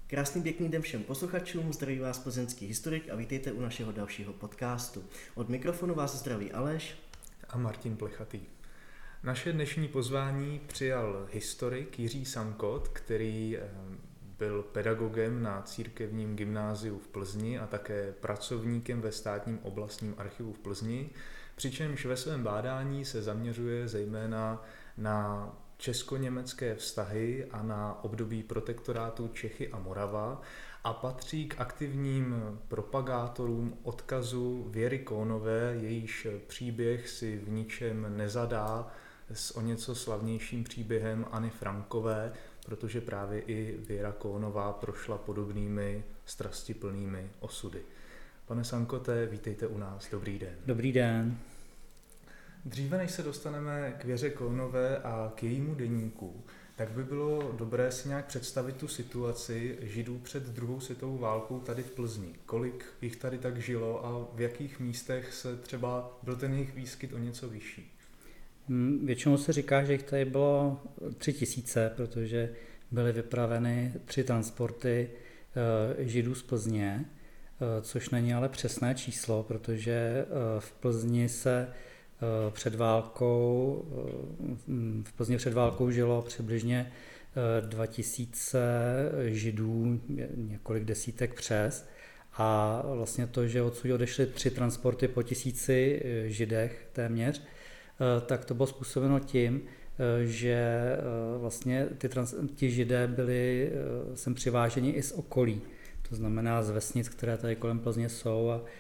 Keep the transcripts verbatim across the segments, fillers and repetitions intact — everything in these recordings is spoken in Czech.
Krásný pěkný den všem posluchačům, zdraví vás plzeňský historik a vítejte u našeho dalšího podcastu. Od mikrofonu vás zdraví Aleš a Martin Plechatý. Naše dnešní pozvání přijal historik Jiří Sankot, který byl pedagogem na církevním gymnáziu v Plzni a také pracovníkem ve státním oblastním archivu v Plzni, přičemž ve svém bádání se zaměřuje zejména na česko-německé vztahy a na období protektorátu Čechy a Morava a patří k aktivním propagátorům odkazu Věry Kónové, jejíž příběh si v ničem nezadá s o něco slavnějším příběhem Anny Frankové, protože právě i Věra Kónová prošla podobnými strastiplnými osudy. Pane Sankote, vítejte u nás. Dobrý den. Dobrý den. Dříve než se dostaneme k Věře Kónové a k jejímu deníku, tak by bylo dobré si nějak představit tu situaci Židů před druhou světovou válkou tady v Plzni. Kolik jich tady tak žilo a v jakých místech se třeba byl ten jejich výskyt o něco vyšší? Většinou se říká, že jich tady bylo tři tisíce, protože byly vypraveny tři transporty Židů z Plzně, což není ale přesné číslo, protože v Plzni se před válkou, v Plzni před válkou žilo přibližně dva tisíce Židů, několik desítek přes. A vlastně to, že odsud odešly tři transporty po tisíci Židech téměř, tak to bylo způsobeno tím, že vlastně ty, trans, ti Židé byli sem přiváženi i z okolí. To znamená z vesnic, které tady kolem Plzně jsou a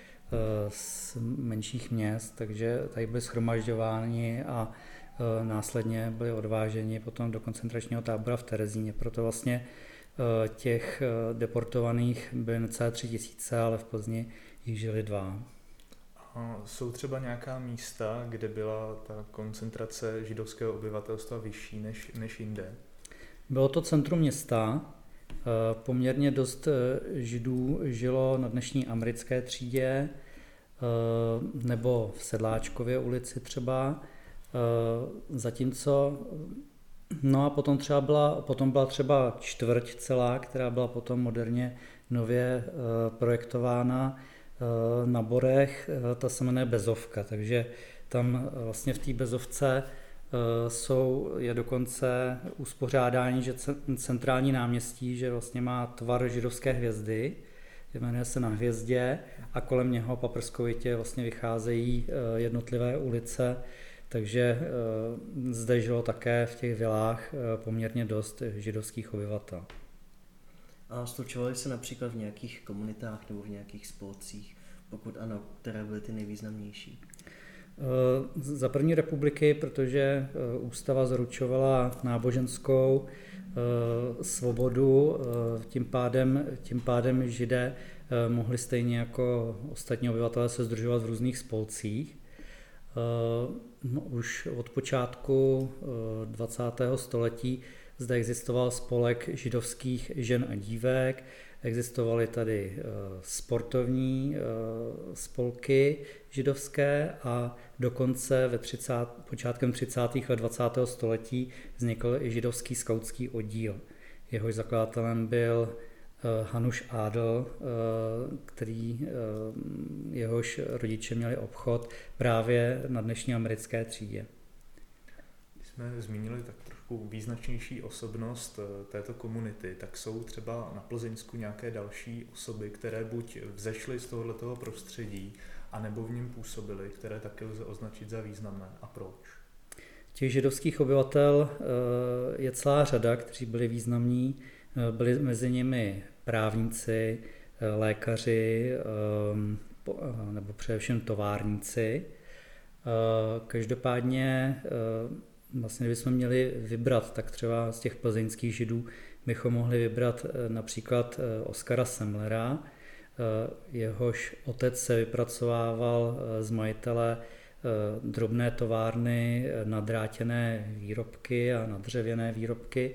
z menších měst, takže tady byli shromažďováni a následně byli odváženi potom do koncentračního tábora v Terezíně. Proto vlastně těch deportovaných byly necelé tři tisíce, ale v Plzni jich žili dva. A jsou třeba nějaká místa, kde byla ta koncentrace židovského obyvatelstva vyšší než, než jinde? Bylo to centrum města. Poměrně dost Židů žilo na dnešní Americké třídě nebo v Sedláčkově ulici třeba, zatímco no a potom třeba byla, potom byla třeba čtvrť celá, která byla potom moderně nově projektována na Borech, ta se jmenuje Bezovka, takže tam vlastně v té Bezovce jsou, je dokonce uspořádání, že centrální náměstí, že vlastně má tvar židovské hvězdy, jmenuje se Na hvězdě a kolem něho paprskovitě vlastně vycházejí jednotlivé ulice, takže zde žilo také v těch vilách poměrně dost židovských obyvatel. A slučovali se například v nějakých komunitách nebo v nějakých spolcích, pokud ano, které byly ty nejvýznamnější? Za první republiky, protože ústava zaručovala náboženskou svobodu, tím pádem, tím pádem Židé mohli stejně jako ostatní obyvatelé se sdružovat v různých spolcích. No, už od počátku dvacátého století zde existoval spolek židovských žen a dívek, existovaly tady sportovní spolky židovské a dokonce ve třicátých počátkem třicátých let dvacátého století vznikl i židovský skautský oddíl. Jehož zakladatelem byl Hanuš Adl, který jehož rodiče měli obchod právě na dnešní Americké třídě. Jsme zmínili tak trošku význačnější osobnost této komunity, tak jsou třeba na Plzeňsku nějaké další osoby, které buď vzešly z tohoto prostředí, anebo v něm působily, které také lze označit za významné. A proč? Těch židovských obyvatel je celá řada, kteří byli významní. Byli mezi nimi právníci, lékaři nebo především továrníci. Každopádně vlastně, kdybychom měli vybrat, tak třeba z těch plzeňských Židů bychom mohli vybrat například Oskara Semlera, jehož otec se vypracovával z majitele drobné továrny na drátěné výrobky a na dřevěné výrobky.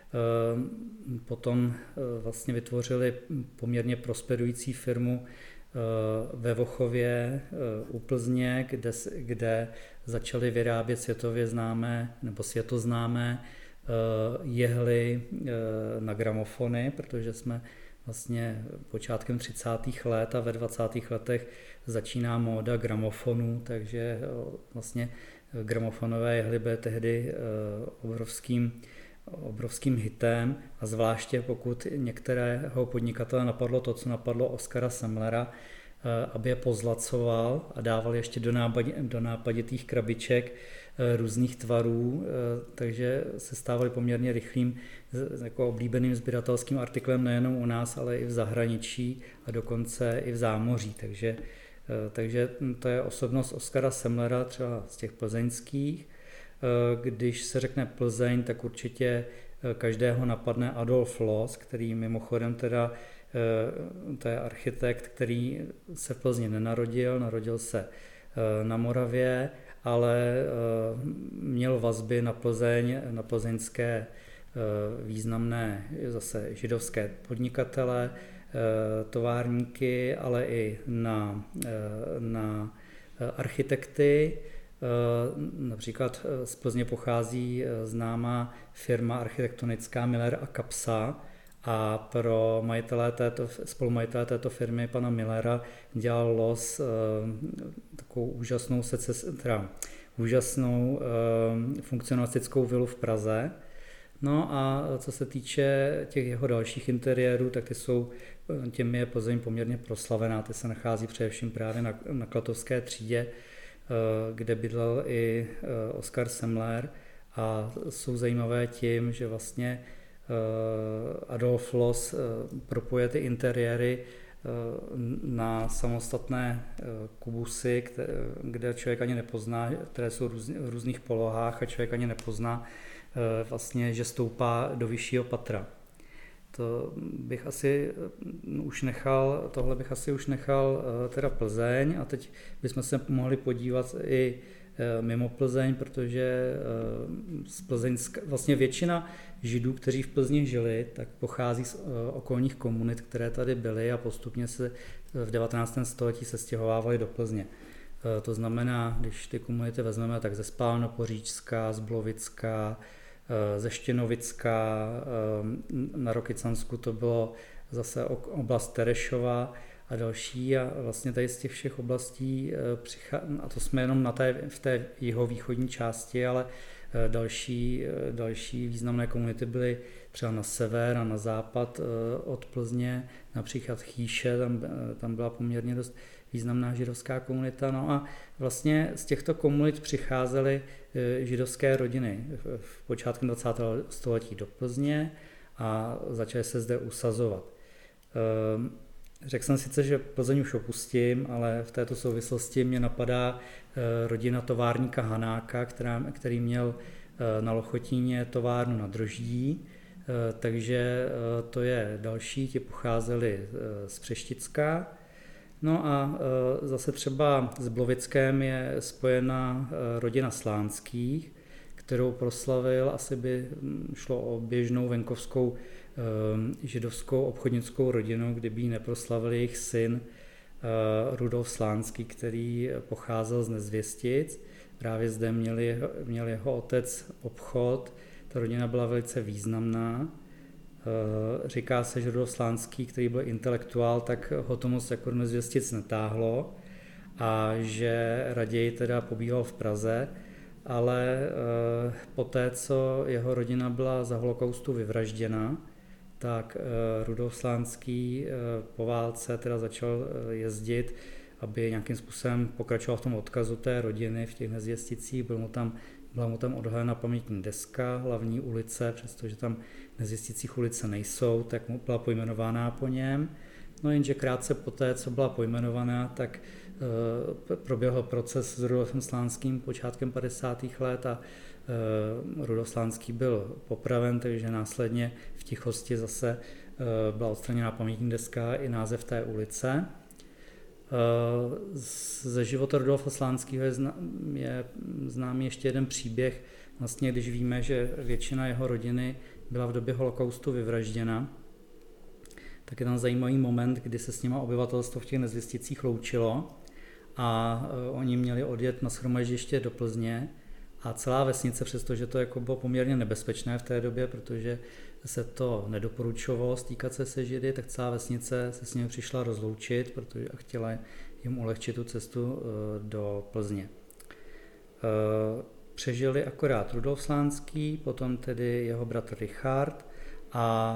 Potom vlastně vytvořili poměrně prosperující firmu ve Vochově u Plzně, kde, kde začali vyrábět světově známé nebo světoznámé jehly na gramofony, protože jsme vlastně počátkem třicátých let a ve dvacátých letech začíná móda gramofonů, takže vlastně gramofonové jehly byly tehdy obrovským, obrovským hitem a zvláště pokud některého podnikatele napadlo to, co napadlo Oskara Semlera, aby je pozlacoval a dával ještě do, nápadě, do nápaditých krabiček různých tvarů, takže se stávaly poměrně rychlým jako oblíbeným sběratelským artiklem nejenom u nás, ale i v zahraničí a dokonce i v zámoří. Takže, takže to je osobnost Oskara Semlera třeba z těch plzeňských. Když se řekne Plzeň, tak určitě každého napadne Adolf Loos, který mimochodem teda to je architekt, který se v Plzni nenarodil, narodil se na Moravě, ale měl vazby na Plzeň, na plzeňské významné zase židovské podnikatele, továrníky, ale i na, na architekty. Například z Plzně pochází známá firma architektonická Miller a Kapsa, a pro majitele této, spolumajitele této firmy, pana Millera, dělal Loos e, takovou úžasnou, seces, teda, úžasnou e, funkcionalistickou vilu v Praze. No a co se týče těch jeho dalších interiérů, tak ty jsou, těmi je Plzeň poměrně proslavená, ty se nachází především právě na, na Klatovské třídě, e, kde bydlel i e, Oskar Semler a jsou zajímavé tím, že vlastně Adolf Loos propoje ty interiéry na samostatné kubusy, kde člověk ani nepozná, které jsou v různých polohách a člověk ani nepozná vlastně, že stoupá do vyššího patra. To bych asi už nechal, tohle bych asi už nechal teda Plzeň a teď bychom se mohli podívat i mimo Plzeň, protože z Plzeňska, vlastně většina Židů, kteří v Plzni žili, tak pochází z okolních komunit, které tady byly a postupně se v devatenáctém století se stěhovávali do Plzně. To znamená, když ty komunity vezmeme, tak ze Spálnopoříčska, z Blovicka, ze Štěnovicka, na Rokycansku to bylo zase oblast Terešova a další a vlastně tady z těch všech oblastí, a to jsme jenom na té, v té jihovýchodní části, ale další, další významné komunity byly třeba na sever a na západ od Plzně, například Chýše, tam, tam byla poměrně dost významná židovská komunita. No a vlastně z těchto komunit přicházely židovské rodiny v počátku dvacátého století do Plzně a začaly se zde usazovat. Řekl jsem sice, že Plzeň už opustím, ale v této souvislosti mě napadá rodina továrníka Hanáka, která, který měl na Lochotíně továrnu na droždí, takže to je další, ti pocházeli z Přešticka. No a zase třeba s Blovickem je spojena rodina Slánských, kterou proslavil, asi by šlo o běžnou venkovskou židovskou obchodnickou rodinu, kdyby ji neproslavil jejich syn Rudolf Slánský, který pocházel z Nezvěstic. Právě zde měl jeho, měl jeho otec obchod, ta rodina byla velice významná. Říká se, že Rudolf Slánský, který byl intelektuál, tak ho to moc jako do Nezvěstic netáhlo a že raději teda pobýval v Praze, ale poté, co jeho rodina byla za holokaustu vyvražděna, tak Rudolf Slánský po válce teda začal jezdit, aby nějakým způsobem pokračoval v tom odkazu té rodiny v těch Nezvěsticích. Byl mu tam, byla mu tam odhalena pamětní deska, hlavní ulice, přestože tam v Nezvěsticích ulice nejsou, tak mu byla pojmenována po něm. No jenže krátce poté, co byla pojmenovaná, tak uh, proběhl proces s Rudolfem Slánským počátkem padesátých let a uh, Rudolf Slánský byl popraven, takže následně v tichosti zase uh, byla odstraněná pamětní deska i název té ulice. Uh, ze života Rudolfa Slánského je, zna, je známý ještě jeden příběh, vlastně když víme, že většina jeho rodiny byla v době holokaustu vyvražděna, tak je tam zajímavý moment, kdy se s nima obyvatelstvo v těch Nezvěsticích loučilo a uh, oni měli odjet na shromaždiště do Plzně A celá vesnice, přestože to jako bylo poměrně nebezpečné v té době, protože se to nedoporučovalo stýkat se se Židy, tak celá vesnice se s nimi přišla rozloučit, protože chtěla jim ulehčit tu cestu do Plzně. Přežili akorát Rudolf Slánský, potom tedy jeho bratr Richard a,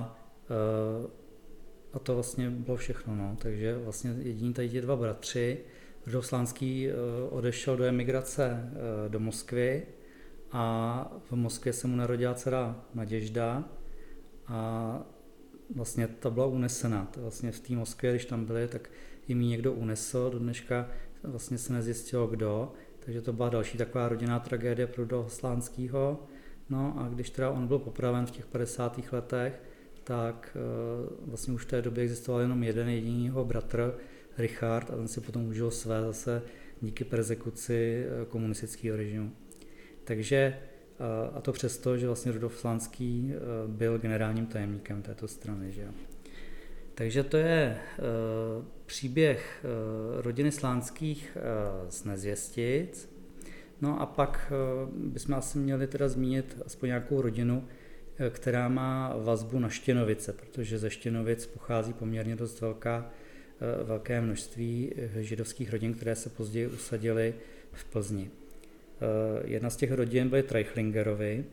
a to vlastně bylo všechno. No. Takže vlastně jediní tady ti dva bratři. Rudolf Slánský odešel do emigrace do Moskvy a v Moskvě se mu narodila dcera Naděžda a vlastně ta byla unesena. Vlastně v té Moskvě, když tam byli, tak jim ji někdo unesl, do dneška vlastně se nezjistilo kdo, takže to byla další taková rodinná tragédie pro Rudolfa Slánskýho. No a když teda on byl popraven v těch padesátých letech, tak vlastně už v té době existoval jenom jeden jediný jeho bratr, Richard, a ten si potom užil své zase díky perzekuci komunistického režimu. Takže a to přesto, že vlastně Rudolf Slánský byl generálním tajemníkem této strany. Že? Takže to je příběh rodiny Slánských z Nezvěstic. No a pak bychom asi měli teda zmínit aspoň nějakou rodinu, která má vazbu na Štěnovice, protože ze Štěnovic pochází poměrně dost velká, velké množství židovských rodin, které se později usadily v Plzni. Jedna z těch rodin byly Treichlingerovi.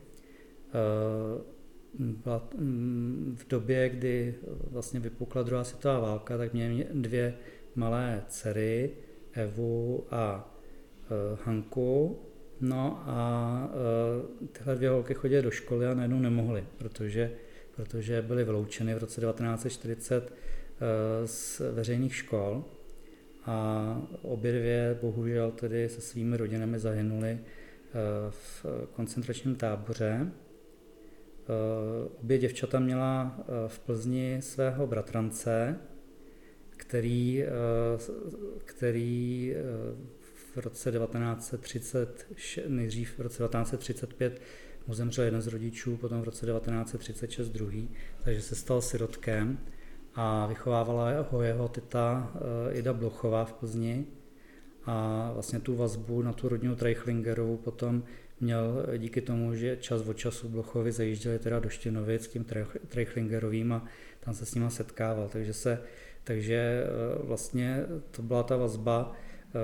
Byla v době, kdy vlastně vypukla druhá světová válka, tak měli dvě malé dcery, Evu a Hanku. No a tyhle dvě holky chodily do školy a najednou nemohly, protože, protože byly vyloučeny v roce devatenáct set čtyřicet z veřejných škol a obě dvě bohužel tedy se svými rodinami zahynuly v koncentračním táboře. Obě děvčata měla v Plzni svého bratrance, který, který v roce devatenáct set třicet, nejdřív v roce devatenáct set třicet pět mu zemřel jeden z rodičů, potom v roce devatenáct set třicet šest druhý, takže se stal sirotkem a vychovávala ho jeho teta Ida Blochová v Plzni a vlastně tu vazbu na tu rodinu Treichlingerovou potom měl díky tomu, že čas od času Blochovi zajížděli teda do Štěnovic s tím Treichlingerovým a tam se s nima setkával, takže, se, takže vlastně to byla ta vazba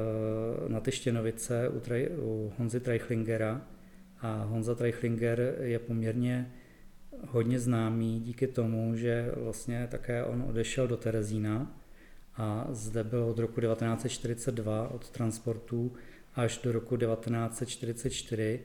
na ty Štěnovice u, Trej, u Honzy Treichlingera a Honza Treichlinger je poměrně hodně známý díky tomu, že vlastně také on odešel do Terezína a zde byl od roku devatenáct set čtyřicet dva od transportů až do roku devatenáct set čtyřicet čtyři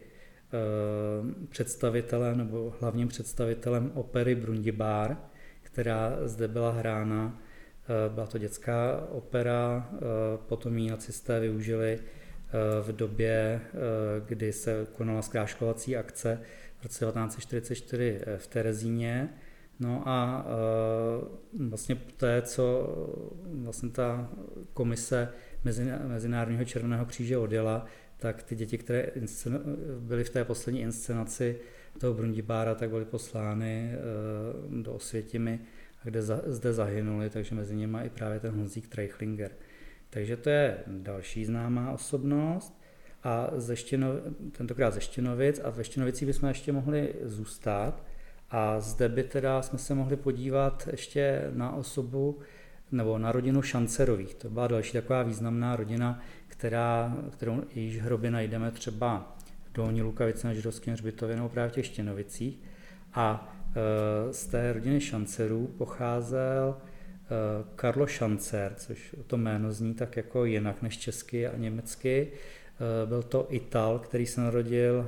představitelem nebo hlavním představitelem opery Brundibár, která zde byla hrána. Byla to dětská opera, potom ji nacisté využili v době, kdy se konala zkráškovací akce v roce devatenáct set čtyřicet čtyři v Terezíně. No a vlastně poté, co vlastně ta komise Mezinárodního červeného kříže odjela, tak ty děti, které byly v té poslední inscenaci toho Brundibára, tak byly poslány do Osvětimi, kde za, zde zahynuli, takže mezi nimi i právě ten Honzík Treichlinger. Takže to je další známá osobnost a ze Štěno, tentokrát ze Štěnovic a ve Štěnovicích bychom ještě mohli zůstat a zde by teda jsme se mohli podívat ještě na osobu nebo na rodinu Šancerových. To byla další taková významná rodina, která, kterou již hroby najdeme třeba v Dolní Lukavici na židovském hřbitově nebo právě v těch Štěnovicích. A z té rodiny Šancerů pocházel Karlo Šancer, což to jméno zní tak jako jinak než česky a německy. Byl to Ital, který se narodil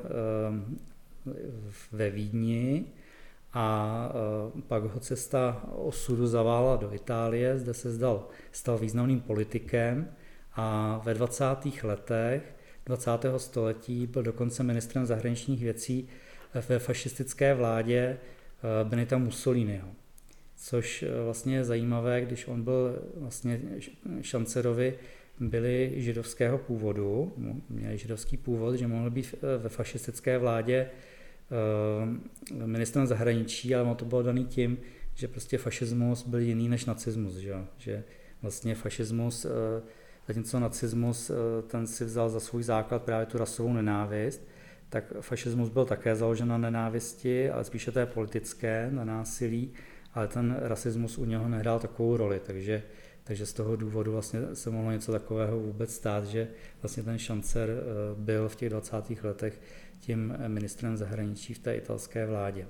ve Vídni a pak ho cesta osudu zavála do Itálie, zde se zdal, stal významným politikem a ve dvacátých letech dvacátého století byl dokonce ministrem zahraničních věcí ve fašistické vládě Benita Mussoliniho. Což vlastně je zajímavé, když on byl vlastně Šancerovi byli židovského původu, měli židovský původ, že mohl být ve fašistické vládě ministrem zahraničí, ale to bylo daný tím, že prostě fašismus byl jiný než nacismus, že, že vlastně fašismus, zatímco nacismus, ten si vzal za svůj základ právě tu rasovou nenávist, tak fašismus byl také založen na nenávisti, ale spíše té politické, na násilí, ale ten rasismus u něho nehrál takovou roli, takže, takže z toho důvodu vlastně se mohlo něco takového vůbec stát, že vlastně ten Šancer byl v těch dvacátých letech tím ministrem zahraničí v té italské vládě.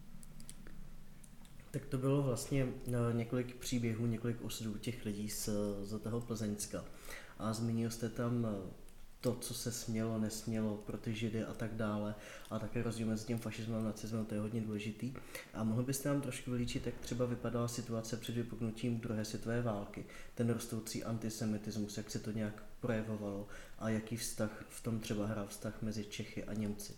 Tak to bylo vlastně několik příběhů, několik osudů těch lidí z, z toho Plzeňska. A zmínil jste tam to, co se smělo, nesmělo pro ty Židy a tak dále. A také rozdíl mezi tím fašismem a nacismem, to je hodně důležitý. A mohl byste nám trošku vylíčit, jak třeba vypadala situace před vypuknutím druhé světové války, ten rostoucí antisemitismus, jak se to nějak projevovalo a jaký vztah v tom třeba hrál vztah mezi Čechy a Němci?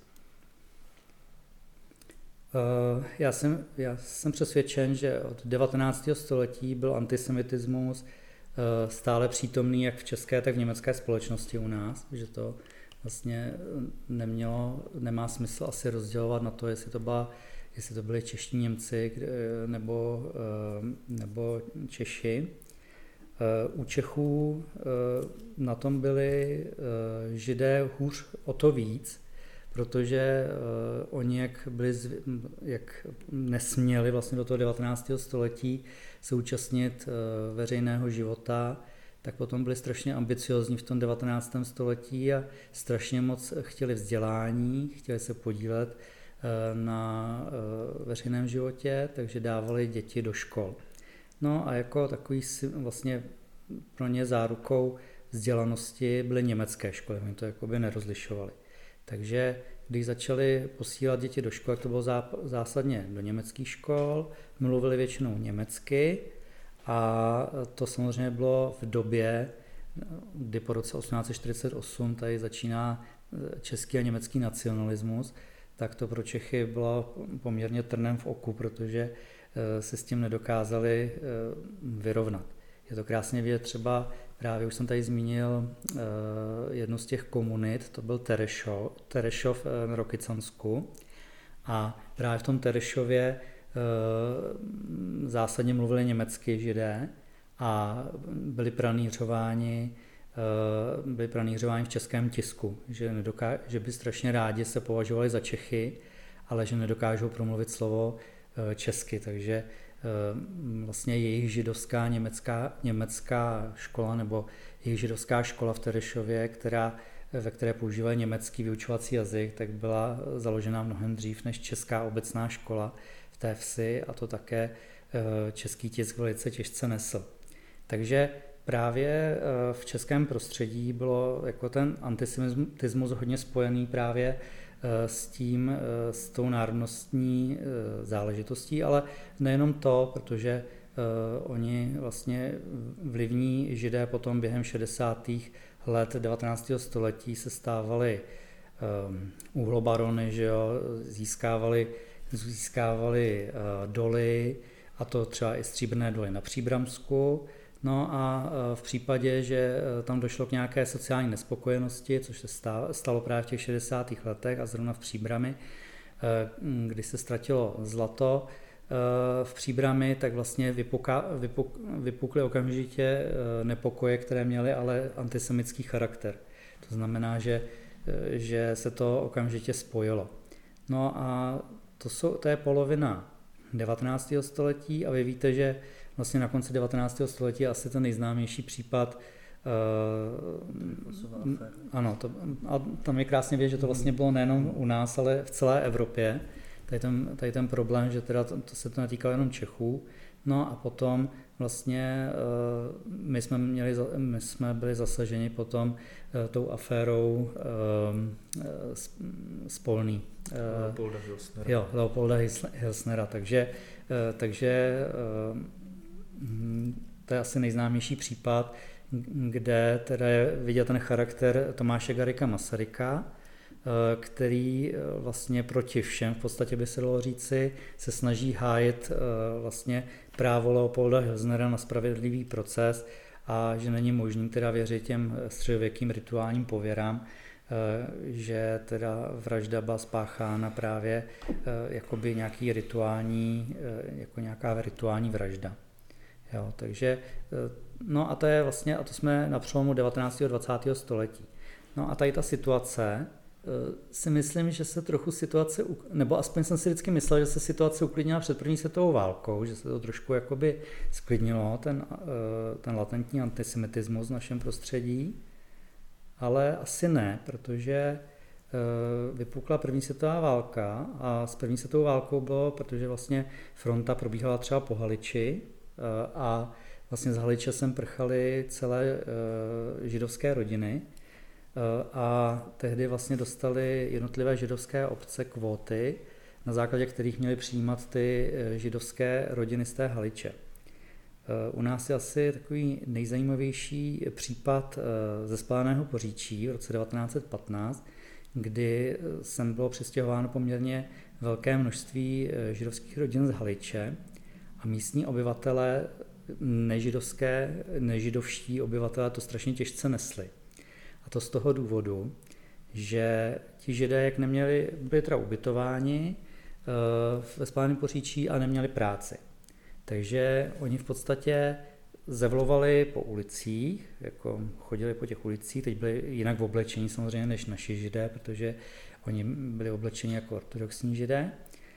Já jsem, já jsem přesvědčen, že od devatenáctého století byl antisemitismus stále přítomný jak v české, tak v německé společnosti u nás, že to vlastně nemělo, nemá smysl asi rozdělovat na to, jestli to, byla, jestli to byli čeští Němci nebo, nebo Češi. U Čechů na tom byli Židé hůř o to víc, protože uh, oni, jak, byli, jak nesměli vlastně do toho devatenáctého století se účastnit uh, veřejného života, tak potom byli strašně ambiciozní v tom devatenáctém století a strašně moc chtěli vzdělání, chtěli se podílet uh, na uh, veřejném životě, takže dávali děti do škol. No a jako takový vlastně pro ně zárukou vzdělanosti byly německé školy, oni to jakoby nerozlišovali. Takže když začali posílat děti do školy, to bylo zásadně do německých škol, mluvili většinou německy a to samozřejmě bylo v době, kdy po roce osmnáct set čtyřicet osm tady začíná český a německý nacionalismus, tak to pro Čechy bylo poměrně trnem v oku, protože se s tím nedokázali vyrovnat. Je to krásně vidět třeba, právě už jsem tady zmínil uh, jednu z těch komunit, to byl Terešov, Terešov uh, na Rokycansku a právě v tom Terešově uh, zásadně mluvili německy Židé a byli pranýřováni, uh, byli pranýřováni v českém tisku, že, nedoká- že by strašně rádi se považovali za Čechy, ale že nedokážou promluvit slovo uh, česky, takže vlastně jejich židovská německá, německá škola nebo jejich židovská škola v Terešově, která, ve které používají německý vyučovací jazyk, tak byla založena mnohem dřív než česká obecná škola v té vsi a to také český tisk velice těžce nesl. Takže právě v českém prostředí bylo jako ten antisemitismus hodně spojený právě s tím, s tou národnostní záležitostí, ale nejenom to, protože oni vlastně vlivní Židé potom během šedesátých let devatenáctého století se stávali uhlobarony, že jo, získávali, získávali doly, a to třeba i stříbrné doly na Příbramsku. No a v případě, že tam došlo k nějaké sociální nespokojenosti, což se stalo právě v těch šedesátých letech a zrovna v Příbrami, kdy se ztratilo zlato v Příbrami, tak vlastně vypuka, vypuk, vypukly okamžitě nepokoje, které měly ale antisemický charakter. To znamená, že, že se to okamžitě spojilo. No a to, jsou, to je polovina devatenáctého století a vy víte, že vlastně na konci devatenáctého století je asi ten nejznámější případ. Uh, ano, to, a tam je krásně vidět, že to vlastně bylo nejenom u nás, ale v celé Evropě. Tady ten, tady ten problém, že teda to, to se to netýkalo jenom Čechů. No a potom vlastně uh, my jsme měli, my jsme byli zasaženi potom uh, tou aférou uh, Spolný. Uh, Leopolda Hilsnera. Jo, Leopolda Hilsnera. Takže, uh, takže uh, to je asi nejznámější případ, kde teda je vidět ten charakter Tomáše Garrigua Masaryka, který vlastně proti všem, v podstatě by se dalo říci, se snaží hájit vlastně právo Leopolda Hilsnera na spravedlivý proces a že není možný teda věřit těm středověkým rituálním pověrám, že teda vražda byla spáchána právě jakoby nějaký rituální, jako nějaká rituální vražda. Jo, takže, no a to je vlastně, a to jsme na přelomu devatenáctého a dvacátého století. No a tady ta situace si myslím, že se trochu situace, nebo aspoň jsem si vždycky myslel, že se situace uklidnila před první světovou válkou, že se to trošku jakoby sklidnilo, ten, ten latentní antisemitismus v našem prostředí, ale asi ne, protože vypukla první světová válka a s první světovou válkou bylo, protože vlastně fronta probíhala třeba po Haliči a vlastně z Haliče sem prchaly celé židovské rodiny a tehdy vlastně dostali jednotlivé židovské obce kvóty, na základě kterých měli přijímat ty židovské rodiny z té Haliče. U nás je asi takový nejzajímavější případ ze Spáleného Poříčí v roce devatenáct set patnáct, kdy sem bylo přistěhováno poměrně velké množství židovských rodin z Haliče a místní obyvatelé, nežidovské, nežidovští obyvatelé to strašně těžce nesli. A to z toho důvodu, že ti židé, jak neměli, byli teda ubytováni ve Spáleném Poříčí a neměli práci. Takže oni v podstatě zevlovali po ulicích, jako chodili po těch ulicích, teď byli jinak v oblečení samozřejmě než naši židé, protože oni byli oblečeni jako ortodoxní židé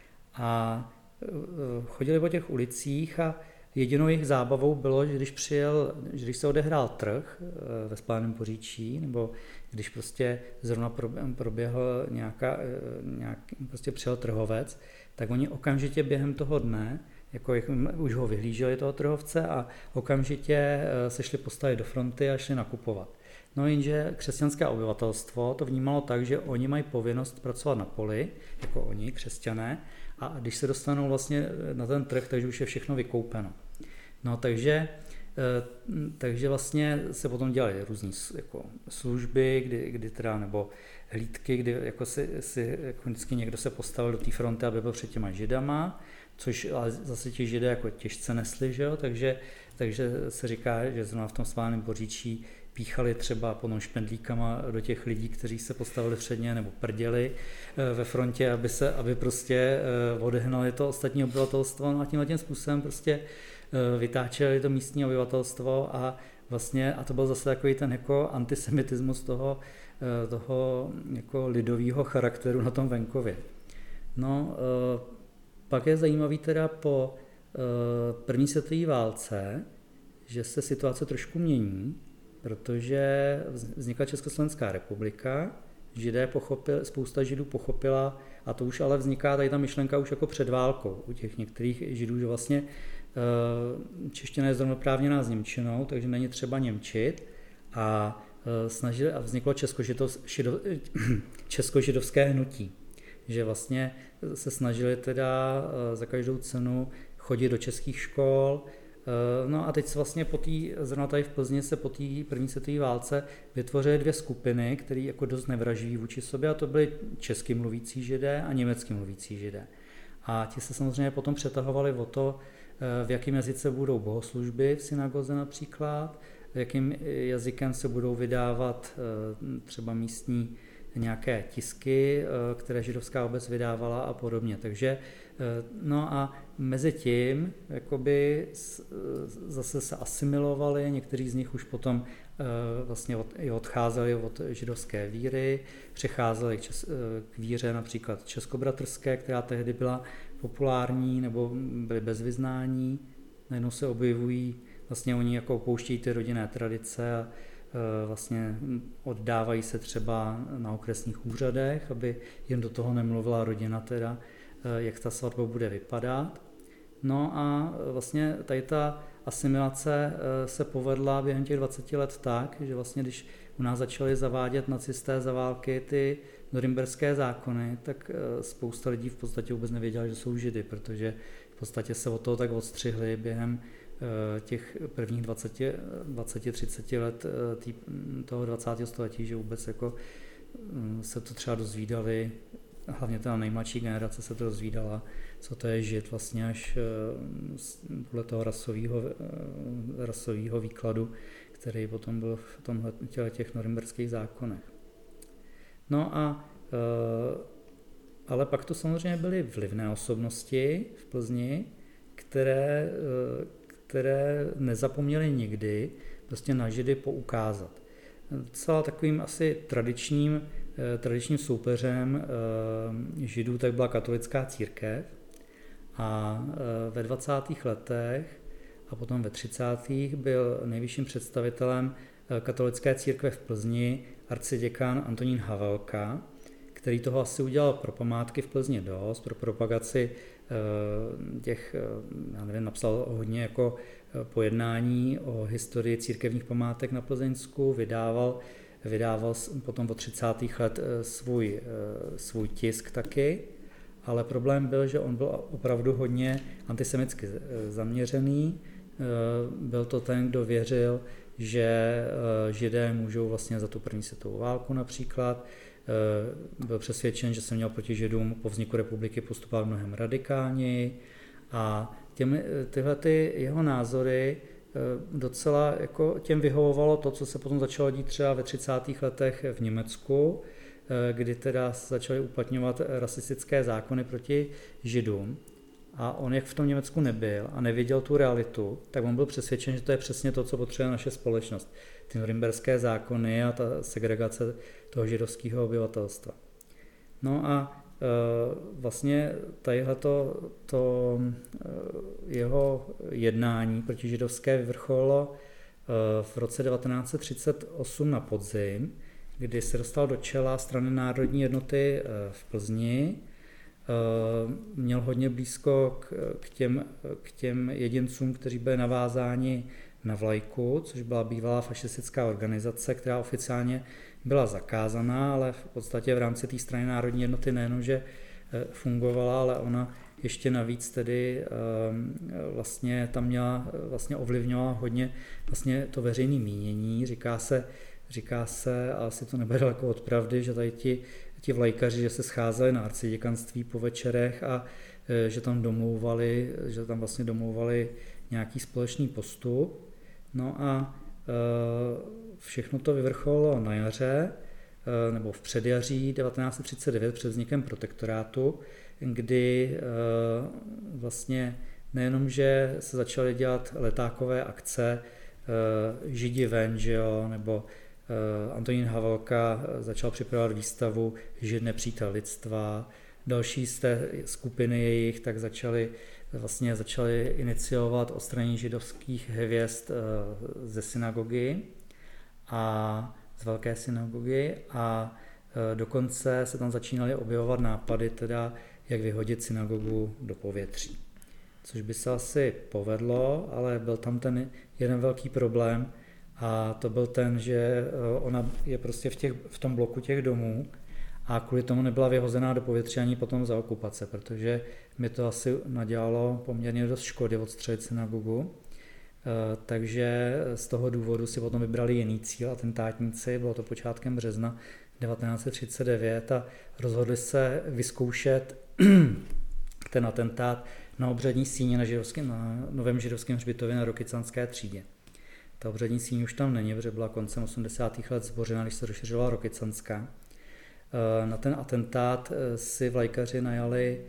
a chodili po těch ulicích a jedinou jejich zábavou bylo, že když přijel, že když se odehrál trh ve Spáleném Poříčí, nebo když prostě zrovna proběhl nějaká, nějaký, prostě přijel trhovec, tak oni okamžitě během toho dne jako už ho vyhlíželi toho trhovce a okamžitě se šli postavit do fronty a šli nakupovat. No jenže křesťanské obyvatelstvo to vnímalo tak, že oni mají povinnost pracovat na poli, jako oni, křesťané, a když se dostanou vlastně na ten trh, takže už je všechno vykoupeno. No takže, takže vlastně se potom dělaly různé jako služby, kdy, kdy teda, nebo hlídky, kdy jako si, si jako vždycky někdo se postavil do té fronty, aby byl před těma židama, což ale zase ti židé jako těžce nesli, že jo? Takže, takže se říká, že zrovna v tom Spáleném Poříčí píchali třeba potom špendlíkama do těch lidí, kteří se postavili předně nebo prděli ve frontě, aby se, aby prostě odehnali to ostatní obyvatelstvo, no a tímhle tím způsobem prostě vytáčeli to místní obyvatelstvo a vlastně, a to byl zase takový ten jako antisemitismus toho, toho jako lidového charakteru na tom venkově. No, pak je zajímavý teda po první světové válce, že se situace trošku mění, protože vznikla Československá republika, židé pochopili, spousta židů pochopila, a to už ale vzniká tady ta myšlenka už jako před válkou u těch některých židů, že vlastně čeština je zrovnoprávněná s němčinou, takže není třeba němčit a snažili, a vzniklo českožidovské hnutí, že vlastně se snažili teda za každou cenu chodit do českých škol. No a teď se vlastně po té, zrovna tady v Plzni se po té první světové válce vytvořily dvě skupiny, které jako dost nevraživí vůči sobě, a to byly česky mluvící židé a německy mluvící židé. A ti se samozřejmě potom přetahovali o to, v jakém jazyce budou bohoslužby v synagoze například, jakým jazykem se budou vydávat třeba místní nějaké tisky, které židovská obec vydávala a podobně. Takže no a mezi tím jakoby zase se asimilovali, někteří z nich už potom vlastně od, i odcházeli od židovské víry, přecházeli k, čes, k víře například českobratrské, která tehdy byla populární, nebo byly bez vyznání. Najednou se objevují, vlastně oni jako opouštějí ty rodinné tradice a vlastně oddávají se třeba na okresních úřadech, aby jen do toho nemluvila rodina teda, jak ta svatba bude vypadat. No a vlastně tady ta asimilace se povedla během těch dvaceti let tak, že vlastně když u nás začali zavádět nacisté za války ty norimberské zákony, tak spousta lidí v podstatě vůbec nevěděla, že jsou židy, protože v podstatě se od toho tak odstřihli během těch prvních dvacet třicet let tý, toho dvacátého století, že vůbec jako se to třeba dozvídali, hlavně ta nejmladší generace se to dozvídala, co to je žid vlastně až podle toho rasového, rasového výkladu, který potom byl v tomhle těch norimberských zákonech. No a ale pak to samozřejmě byly vlivné osobnosti v Plzni, které které nezapomněli nikdy prostě na židy poukázat. Celá takovým asi tradičním tradičním soupeřem Židů tak byla katolická církev a ve dvacátých letech a potom ve třicátých byl nejvyšším představitelem katolické církve v Plzni arciděkan Antonín Havelka, který toho asi udělal pro památky v Plzni dost, pro propagaci těch, já nevím, napsal hodně jako pojednání o historii církevních památek na Plzeňsku, vydával, vydával potom od třicátých let svůj, svůj tisk taky, ale problém byl, že on byl opravdu hodně antisemicky zaměřený. Byl to ten, kdo věřil, že Židé můžou vlastně za tu první světovou válku například. Byl přesvědčen, že se měl proti Židům po vzniku republiky postupovat mnohem radikálněji a těmi, tyhle ty jeho názory docela jako těm vyhovovalo to, co se potom začalo dít třeba ve třicátých letech v Německu, kdy teda začaly uplatňovat rasistické zákony proti Židům. A on, jak v tom Německu nebyl a neviděl tu realitu, tak on byl přesvědčen, že to je přesně to, co potřebuje naše společnost. Ty norimberské zákony a ta segregace toho židovského obyvatelstva. No a e, vlastně tadyhleto to e, jeho jednání proti židovské vyvrcholilo e, v roce devatenáct set třicet osm na podzim, kdy se dostal do čela strany Národní jednoty e, v Plzni. Měl hodně blízko k, k, těm, k těm jedincům, kteří byli navázáni na vlajku, což byla bývalá fašistická organizace, která oficiálně byla zakázaná, ale v podstatě v rámci té strany Národní jednoty nejenom, že fungovala, ale ona ještě navíc tedy vlastně tam měla, vlastně ovlivňovala hodně vlastně to veřejné mínění. Říká se, říká se, a asi to nebude daleko od pravdy, že tady ti ti vlajkaři, že se scházeli na arciděkanství po večerech a e, že tam domlouvali, že tam vlastně domlouvali nějaký společný postup. No a e, všechno to vyvrcholilo na jaře, e, nebo v předjaří devatenáct set třicet devět před vznikem protektorátu, kdy e, vlastně nejenom, že se začaly dělat letákové akce, e, Židi ven, že jo, nebo Antonín Havelka začal připravovat výstavu Žid nepřítel lidstva. Další z té skupiny jejich tak začali, vlastně začali iniciovat odstranění židovských hvězd ze synagogy a z velké synagogy a dokonce se tam začínaly objevovat nápady, teda, jak vyhodit synagogu do povětří. Což by se asi povedlo, ale byl tam ten jeden velký problém, a to byl ten, že ona je prostě v, těch, v tom bloku těch domů a kvůli tomu nebyla vyhozená do povětří ani potom za okupace, protože mi to asi nadělalo poměrně dost škody odstřelit synagogu. Takže z toho důvodu si potom vybrali jiný cíl, atentátníci, bylo to počátkem března devatenáct set třicet devět a rozhodli se vyzkoušet ten atentát na obřadní síni na, židovském, na novém židovském hřbitově na Rokycanské třídě. Ta obřadní síň už tam není, protože byla koncem osmdesátých let zbořena, když se rozšiřovala Rokycanská. Na ten atentát si vlajkaři najali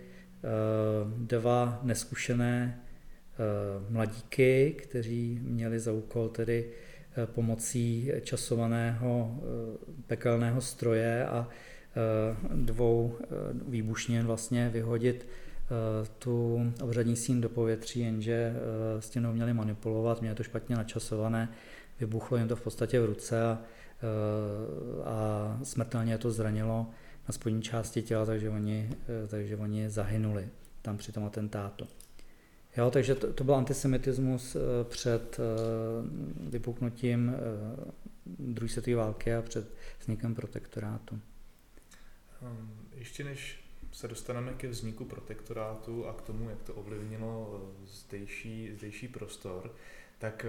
dva neskušené mladíky, kteří měli za úkol tedy pomocí časovaného pekelného stroje a dvou výbušnin vlastně vyhodit tu obřadní síň do povětří, jenže s tím neuměli manipulovat, měli to špatně načasované, vybuchlo jim to v podstatě v ruce a, a smrtelně to zranilo na spodní části těla, takže oni, takže oni zahynuli tam při tom atentátu. Jo, takže to, to byl antisemitismus před vypuknutím druhé světové války a před vznikem protektorátu. Ještě než se dostaneme ke vzniku protektorátu a k tomu, jak to ovlivnilo zdejší, zdejší prostor, tak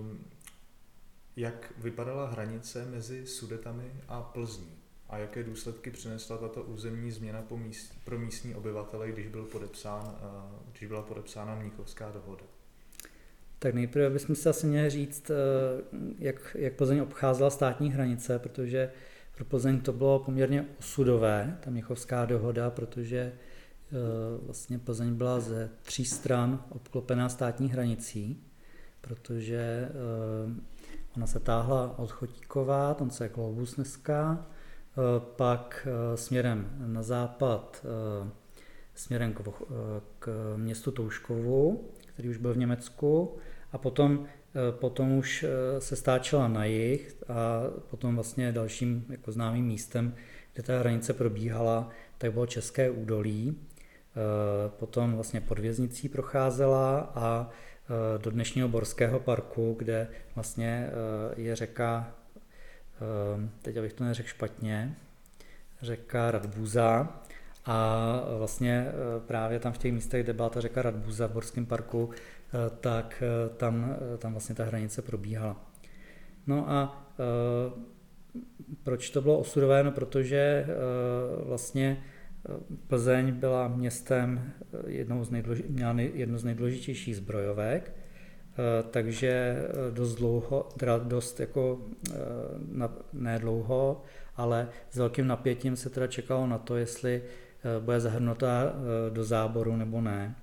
jak vypadala hranice mezi Sudetami a Plzní a jaké důsledky přinesla tato územní změna po míst, pro místní obyvatele, když, byl podepsán, když byla podepsána Mnichovská dohoda? Tak nejprve bychom si asi měli říct, jak, jak Plzeň obcházela státní hranice, protože pro Plzeň to bylo poměrně osudové, ta Mnichovská dohoda, protože e, vlastně Plzeň byla ze tří stran obklopená státní hranicí, protože e, ona se táhla od Chotíkova, tam se je Kloubus dneska, pak směrem na západ, směrem k, k městu Touškovu, který už byl v Německu, a potom, potom už se stáčela na jih a potom vlastně dalším jako známým místem, kde ta hranice probíhala, tak bylo České údolí. Potom vlastně pod Věznicí procházela a do dnešního Borského parku, kde vlastně je řeka, teď abych to neřekl špatně, řeka Radbuza, a vlastně právě tam v těch místech, kde byla ta řeka Radbuza v Borském parku, tak tam, tam vlastně ta hranice probíhala. No a proč to bylo osudové? No protože vlastně Plzeň byla městem jednou z nejdůleži- měla jednu z nejdůležitějších zbrojovek, takže dost dlouho, teda dost jako ne dlouho, ale s velkým napětím se teda čekalo na to, jestli bude zahrnutá do záboru nebo ne.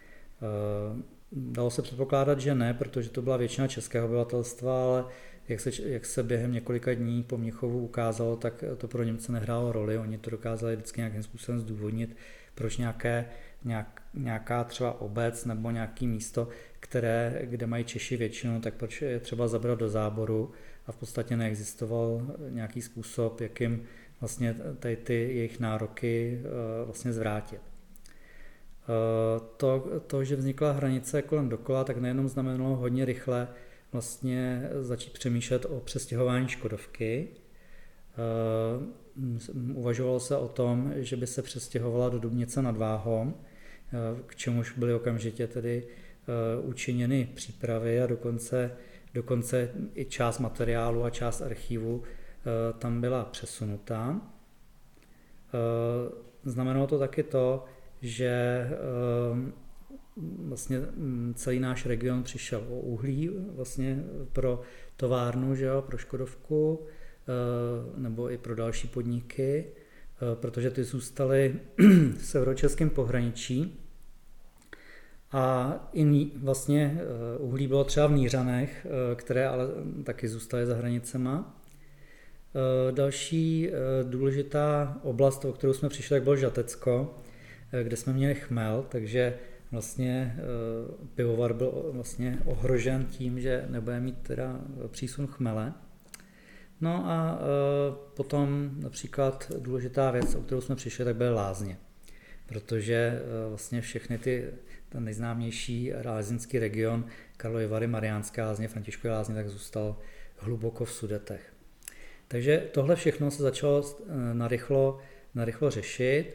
Dalo se předpokládat, že ne, protože to byla většina českého obyvatelstva, ale jak se, jak se během několika dní po Mnichovu ukázalo, tak to pro Němce nehrálo roli. Oni to dokázali vždycky nějakým způsobem zdůvodnit, proč nějaké, nějak, nějaká třeba obec nebo nějaké místo, které, kde mají Češi většinu, tak proč je třeba zabrat do záboru, a v podstatě neexistoval nějaký způsob, jakým vlastně tady ty jejich nároky vlastně zvrátit. To, to, že vznikla hranice kolem dokola, tak nejenom znamenalo hodně rychle vlastně začít přemýšlet o přestěhování Škodovky. Uvažovalo se o tom, že by se přestěhovala do Dubnice nad Váhom, k čemuž byly okamžitě tedy učiněny přípravy a dokonce, dokonce i část materiálu a část archivu tam byla přesunutá. Znamenalo to taky to, že vlastně celý náš region přišel o uhlí vlastně pro továrnu, že jo, pro Škodovku, nebo i pro další podniky, protože ty zůstaly v severočeském pohraničí. A i vlastně uhlí bylo třeba v Nířanech, které ale taky zůstaly za hranicema. Další důležitá oblast, o kterou jsme přišli, tak bylo Žatecko, kde jsme měli chmel, takže vlastně pivovar byl vlastně ohrožen tím, že nebude mít teda přísun chmele. No a potom například důležitá věc, o kterou jsme přišli, tak byly lázně, protože vlastně všechny ty, ten nejznámější lázeňský region, Karlovy Vary, Mariánské lázně, Františkové lázně, tak zůstal hluboko v Sudetech. Takže tohle všechno se začalo narychlo, narychlo řešit,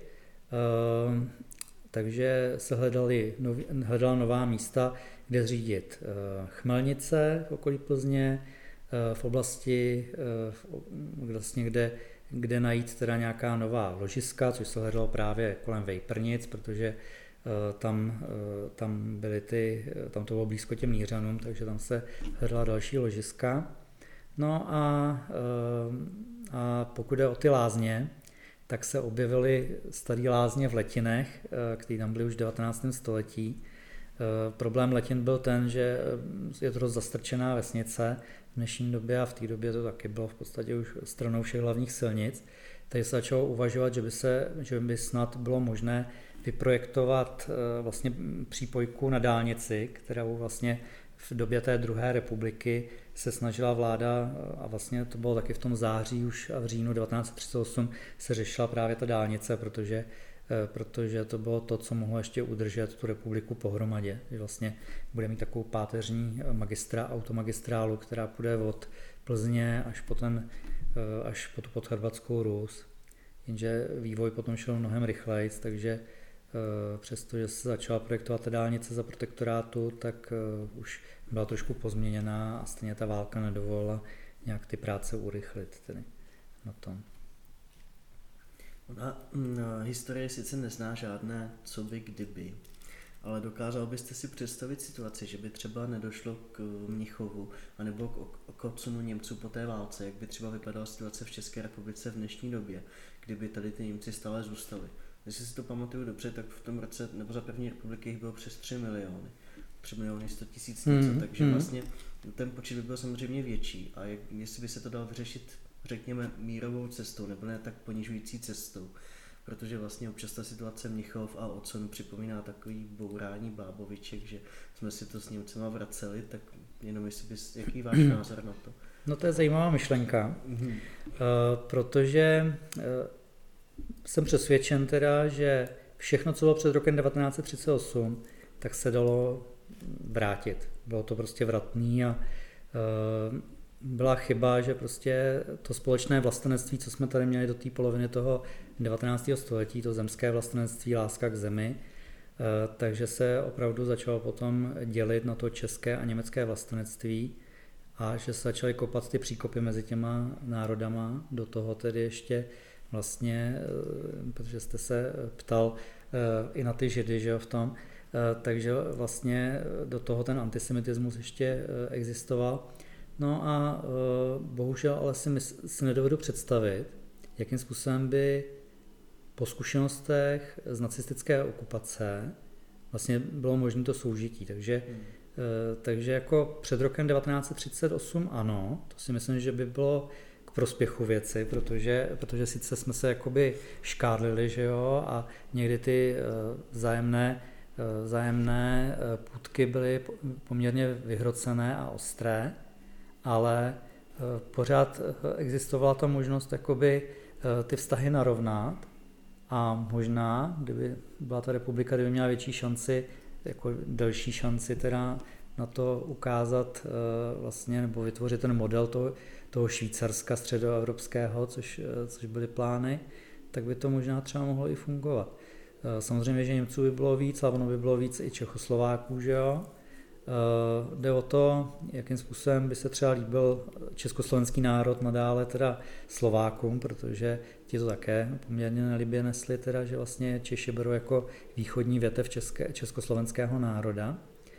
takže se hledali nový, hledala nová místa, kde zřídit chmelnice v okolí Plzně, v oblasti, vlastně kde, kde najít teda nějaká nová ložiska, což se hledalo právě kolem Vejprnic, protože tam, tam byly ty, tam to bylo blízko těm Nířanům, takže tam se hledala další ložiska. No a, a pokud jde o ty lázně, tak se objevily staré lázně v Letinech, které tam byly už v devatenáctém století. Problém Letin byl ten, že je to dost zastrčená vesnice v dnešní době a v té době to taky bylo v podstatě už stranou všech hlavních silnic. Takže se začalo uvažovat, že by, se, že by snad bylo možné vyprojektovat vlastně přípojku na dálnici, kterou vlastně v době té druhé republiky se snažila vláda, a vlastně to bylo taky v tom září už a v říjnu devatenáct set třicet osm se řešila právě ta dálnice, protože, protože to bylo to, co mohlo ještě udržet tu republiku pohromadě. Že vlastně bude mít takovou páteřní magistra, automagistrálu, která půjde od Plzně až po, ten, až po tu Podchorvatskou Rus. Jenže vývoj potom šel mnohem rychleji, takže přestože se začala projektovat ta dálnice za protektorátu, tak už byla trošku pozměněná a stejně ta válka nedovolila nějak ty práce urychlit tedy na tom. Ona historie sice nezná žádné co by kdyby, ale dokázal byste si představit situaci, že by třeba nedošlo k Mnichovu anebo k, k odsunu Němců po té válce, jak by třeba vypadala situace v České republice v dnešní době, kdyby tady ty Němci stále zůstali. Jestli si to pamatuju dobře, tak v tom roce, nebo za první republiky jich bylo přes tři miliony. tři miliony sto tisíc něco, mm, takže mm. vlastně ten počet by byl samozřejmě větší. A jak, jestli by se to dalo vyřešit řekněme, mírovou cestou, nebo ne tak ponižující cestou, protože vlastně občas ta situace Mnichov a Ocon připomíná takový bourání báboviček, že jsme si to s Němcema vraceli, tak jenom jestli bys, jaký váš názor na to? No to je zajímavá myšlenka, mm-hmm. uh, protože uh, jsem přesvědčen teda, že všechno, co bylo před rokem devatenáct set třicet osm, tak se dalo vrátit. Bylo to prostě vratný a uh, byla chyba, že prostě to společné vlastenectví, co jsme tady měli do té poloviny toho devatenáctého století, to zemské vlastenectví, láska k zemi, uh, takže se opravdu začalo potom dělit na to české a německé vlastenectví a že se začaly kopat ty příkopy mezi těma národama, do toho tedy ještě vlastně, protože jste se ptal i na ty Židy, že jo, v tom, takže vlastně do toho ten antisemitismus ještě existoval. No a bohužel ale si, mysl, si nedovedu představit, jakým způsobem by po zkušenostech z nacistické okupace vlastně bylo možné to soužití. Takže, hmm. takže jako před rokem devatenáct set třicet osm ano, to si myslím, že by bylo k prospěchu věci, protože, protože sice jsme se jakoby škádlili, že jo, a někdy ty vzájemné, vzájemné půtky byly poměrně vyhrocené a ostré, ale pořád existovala ta možnost jakoby ty vztahy narovnat a možná, kdyby byla ta republika, kdyby měla větší šanci, jako delší šanci teda na to ukázat vlastně, nebo vytvořit ten model toho, toho Švýcarska středoevropského, což, což byly plány, tak by to možná třeba mohlo i fungovat. Samozřejmě, že Němců by bylo víc, a ono by bylo víc i Čechoslováků, že jo. Jde o to, jakým způsobem by se třeba líbil československý národ nadále teda Slovákům, protože ti to také poměrně nelibě nesli, teda, že vlastně Češi berou jako východní větev české, československého národa.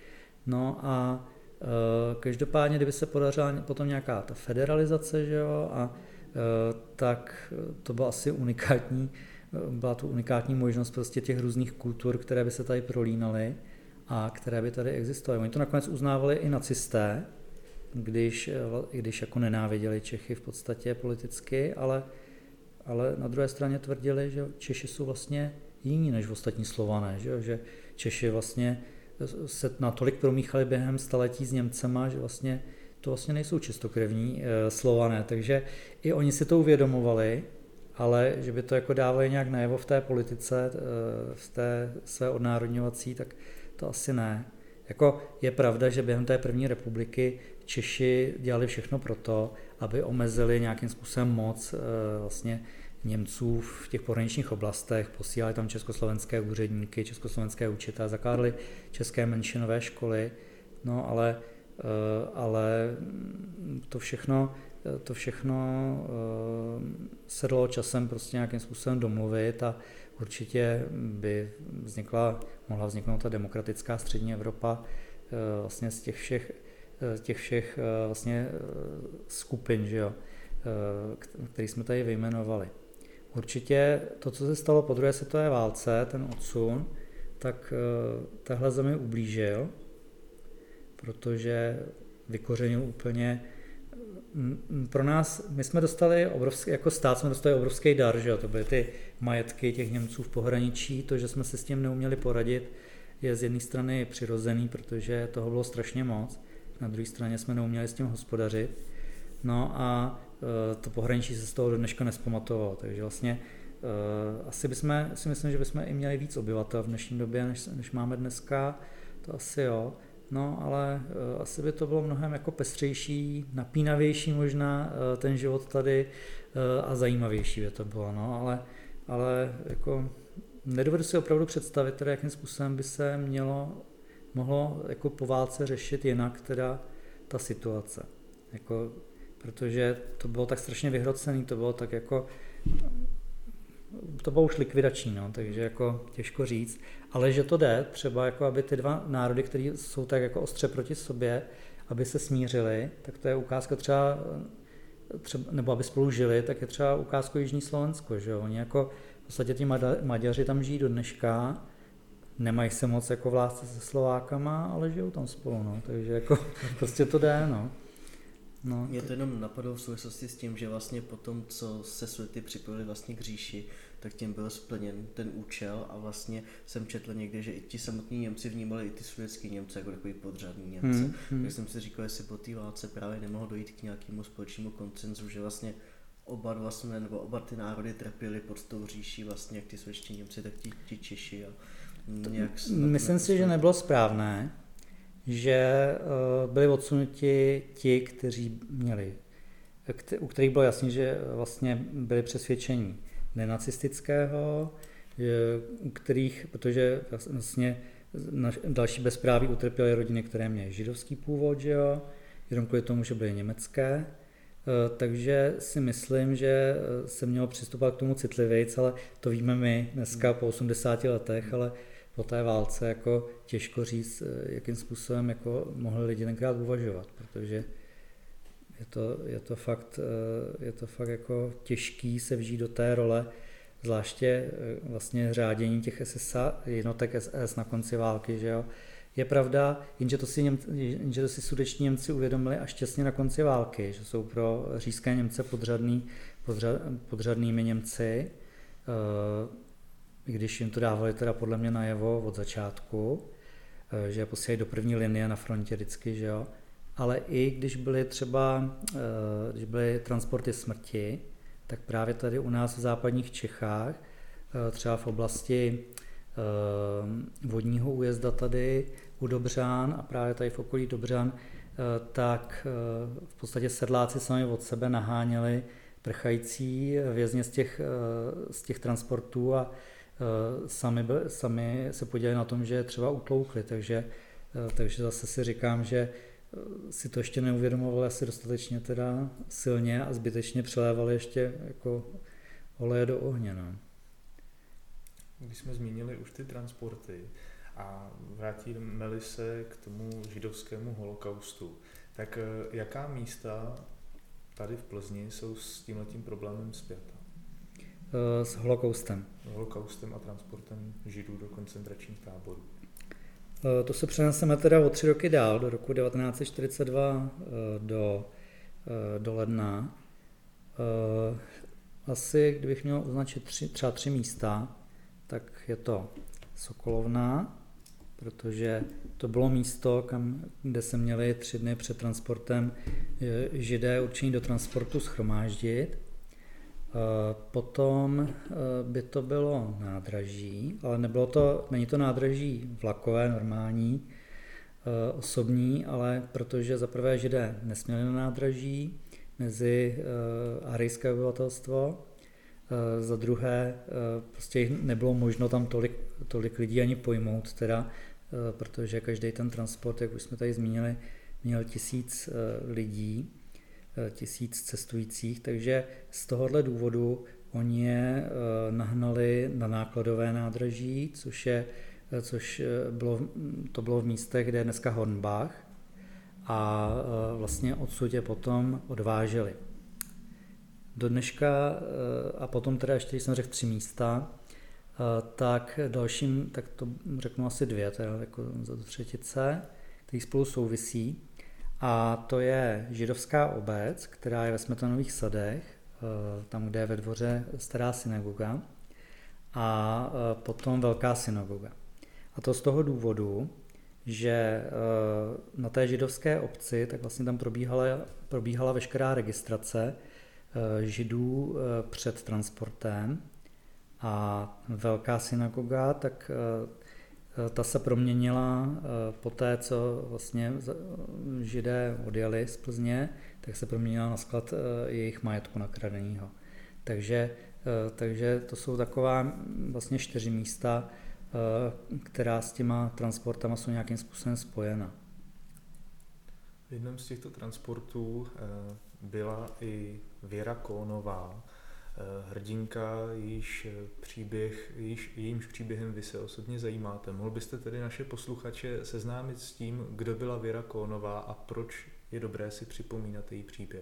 No a e, každopádně, kdyby se podařila potom nějaká ta federalizace, že jo, a e, tak to byla asi unikátní, byla to unikátní možnost prostě těch různých kultur, které by se tady prolínaly a které by tady existovaly. Oni to nakonec uznávali i nacisté, když, když jako nenáviděli Čechy v podstatě politicky, ale, ale na druhé straně tvrdili, že Češi jsou vlastně jiní než ostatní Slované, že, že Češi vlastně se natolik promíchali během staletí s Němcema, že vlastně to vlastně nejsou čistokrevní e, Slované, takže i oni si to uvědomovali, ale že by to jako dávali nějak najevo v té politice, e, v té své odnárodňovací, tak to asi ne. Jako je pravda, že během té první republiky Češi dělali všechno pro to, aby omezili nějakým způsobem moc e, vlastně Němců v těch pohraničních oblastech, posílali tam československé úředníky, československé učitele, zakládali české menšinové školy, no ale, ale to všechno, to všechno se dalo časem prostě nějakým způsobem domluvit a určitě by vznikla, mohla vzniknout ta demokratická střední Evropa vlastně z těch všech, těch všech vlastně skupin, že jo, který jsme tady vyjmenovali. Určitě to, co se stalo po druhé světové válce, ten odsun, tak tahle zemi ublížil, protože vykořenil úplně. Pro nás, my jsme dostali obrovský, jako stát jsme dostali obrovský dar, že jo? To byly ty majetky těch Němců v pohraničí, to, že jsme se s tím neuměli poradit, je z jedné strany přirozený, protože toho bylo strašně moc, na druhé straně jsme neuměli s tím hospodařit, no a to pohraničí se z toho do dneška nespamatovalo, takže vlastně uh, asi bychom, si myslím, že bychom i měli víc obyvatel v dnešní době, než, než máme dneska, to asi jo, no ale uh, asi by to bylo mnohem jako pestřejší, napínavější možná uh, ten život tady uh, a zajímavější by to bylo, no, ale, ale jako nedovedu si opravdu představit, teda, jakým způsobem by se mělo, mohlo jako po válce řešit jinak teda ta situace, jako protože to bylo tak strašně vyhrocený, to bylo tak jako, to bylo už likvidační, no, takže jako těžko říct, ale že to jde, třeba jako aby ty dva národy, které jsou tak jako ostře proti sobě, aby se smířili, tak to je ukázka třeba, třeba nebo aby spolu žili, tak je třeba ukázka Jižní Slovensko, že jo, oni jako v podstatě ti Maďaři tam žijí do dneška, nemají se moc jako v lásce se Slovákama, ale žijou tam spolu, no, takže jako prostě to jde, no. No, Mě to jenom napadlo v souvislosti s tím, že vlastně potom, co se Sudety připojili vlastně k říši, tak tím byl splněn ten účel a vlastně jsem četl někde, že i ti samotní Němci vnímali i ty sudetský Němce jako takový podřadný Němce. Hmm, hmm. Tak jsem si říkal, jestli po té válce právě nemohlo dojít k nějakému společnému koncenzu, že vlastně oba dva jsme, nebo oba ty národy trpěli pod tou říší, vlastně jak ty sudetští Němci, tak ti, ti Češi. A nějak myslím si, že nebylo správné, že uh, byli odsunuti ti, kteří měli, u kterých bylo jasné, že vlastně byli přesvědčení nenacistického, u kterých, protože vlastně další bezpráví utrpěly rodiny, které měly židovský původ, že jo, jenom kvůli tomu, že byly německé. Takže si myslím, že se mělo přistupovat k tomu citlivejc, ale to víme my dneska po osmdesáti letech, ale po té válce jako těžko říct, jakým způsobem jako mohli lidi tenkrát uvažovat, protože je to, je to fakt, je to fakt jako těžký se vžít do té role, zvláště vlastně řádění těch es es á, jednotek es es na konci války, že jo. Je pravda, jenže to si, Němci, jenže to si sudeční Němci uvědomili až těsně na konci války, že jsou pro říšské Němce podřadný, podřad, podřadnými Němci, i když jim to dávali teda podle mě najevo od začátku, že je posílají do první linie na frontě vždycky, že jo. Ale i když byly třeba, když byly transporty smrti, tak právě tady u nás v západních Čechách, třeba v oblasti vodního újezda tady u Dobřan a právě tady v okolí Dobřan, tak v podstatě sedláci sami od sebe naháněli prchající vězně z těch, z těch transportů a sami, byl, sami se podíleli na tom, že je třeba utloukli, takže, takže zase si říkám, že si to ještě neuvědomovali asi dostatečně teda silně a zbytečně přilévali ještě jako oleje do ohně. No. Když jsme zmínili už ty transporty a vrátíme se k tomu židovskému holokaustu, tak jaká místa tady v Plzni jsou s tímhletím problémem spjata? S holokaustem. Holokaustem a transportem židů do koncentračních táborů. To se přeneseme teda o tři roky dál, do roku devatenáct set čtyřicet dva do, do ledna. Asi, kdybych měl označit tři, třeba tři místa, tak je to Sokolovna, protože to bylo místo, kam, kde se měli tři dny před transportem židé určení do transportu shromáždit. Potom by to bylo nádraží, ale nebylo to, není to nádraží vlakové, normální, osobní, ale protože za prvé židé nesměli na nádraží mezi arijské obyvatelstvo, za druhé prostě jich nebylo možno tam tolik, tolik lidí ani pojmout, teda, protože každý ten transport, jak už jsme tady zmínili, měl tisíc lidí, tisíc cestujících, takže z tohohle důvodu oni je nahnali na nákladové nádraží, což, je, což bylo, to bylo v místech, kde je dneska Hornbach, a vlastně odsud je potom odváželi. Do dneška, a potom teda ještě, když jsem řekl tři místa, tak dalším, tak to řeknu asi dvě, teda jako za třetice, který spolu souvisí. A to je židovská obec, která je ve Smetanových sadech, tam, kde je ve dvoře stará synagoga, a potom velká synagoga. A to z toho důvodu, že na té židovské obci tak vlastně tam probíhala, probíhala veškerá registrace židů před transportem, a velká synagoga, tak ta se proměnila po té, co vlastně židé odjeli z Plzně, tak se proměnila na sklad jejich majetku nakradeného. Takže, takže to jsou taková vlastně čtyři místa, která s těma transportama jsou nějakým způsobem spojena. V jednom z těchto transportů byla i Věra Kónová, hrdinka, jejíž příběh, jejíž, jejímž příběhem vy se osobně zajímáte. Mohl byste tedy naše posluchače seznámit s tím, kdo byla Věra Kónová a proč je dobré si připomínat její příběh?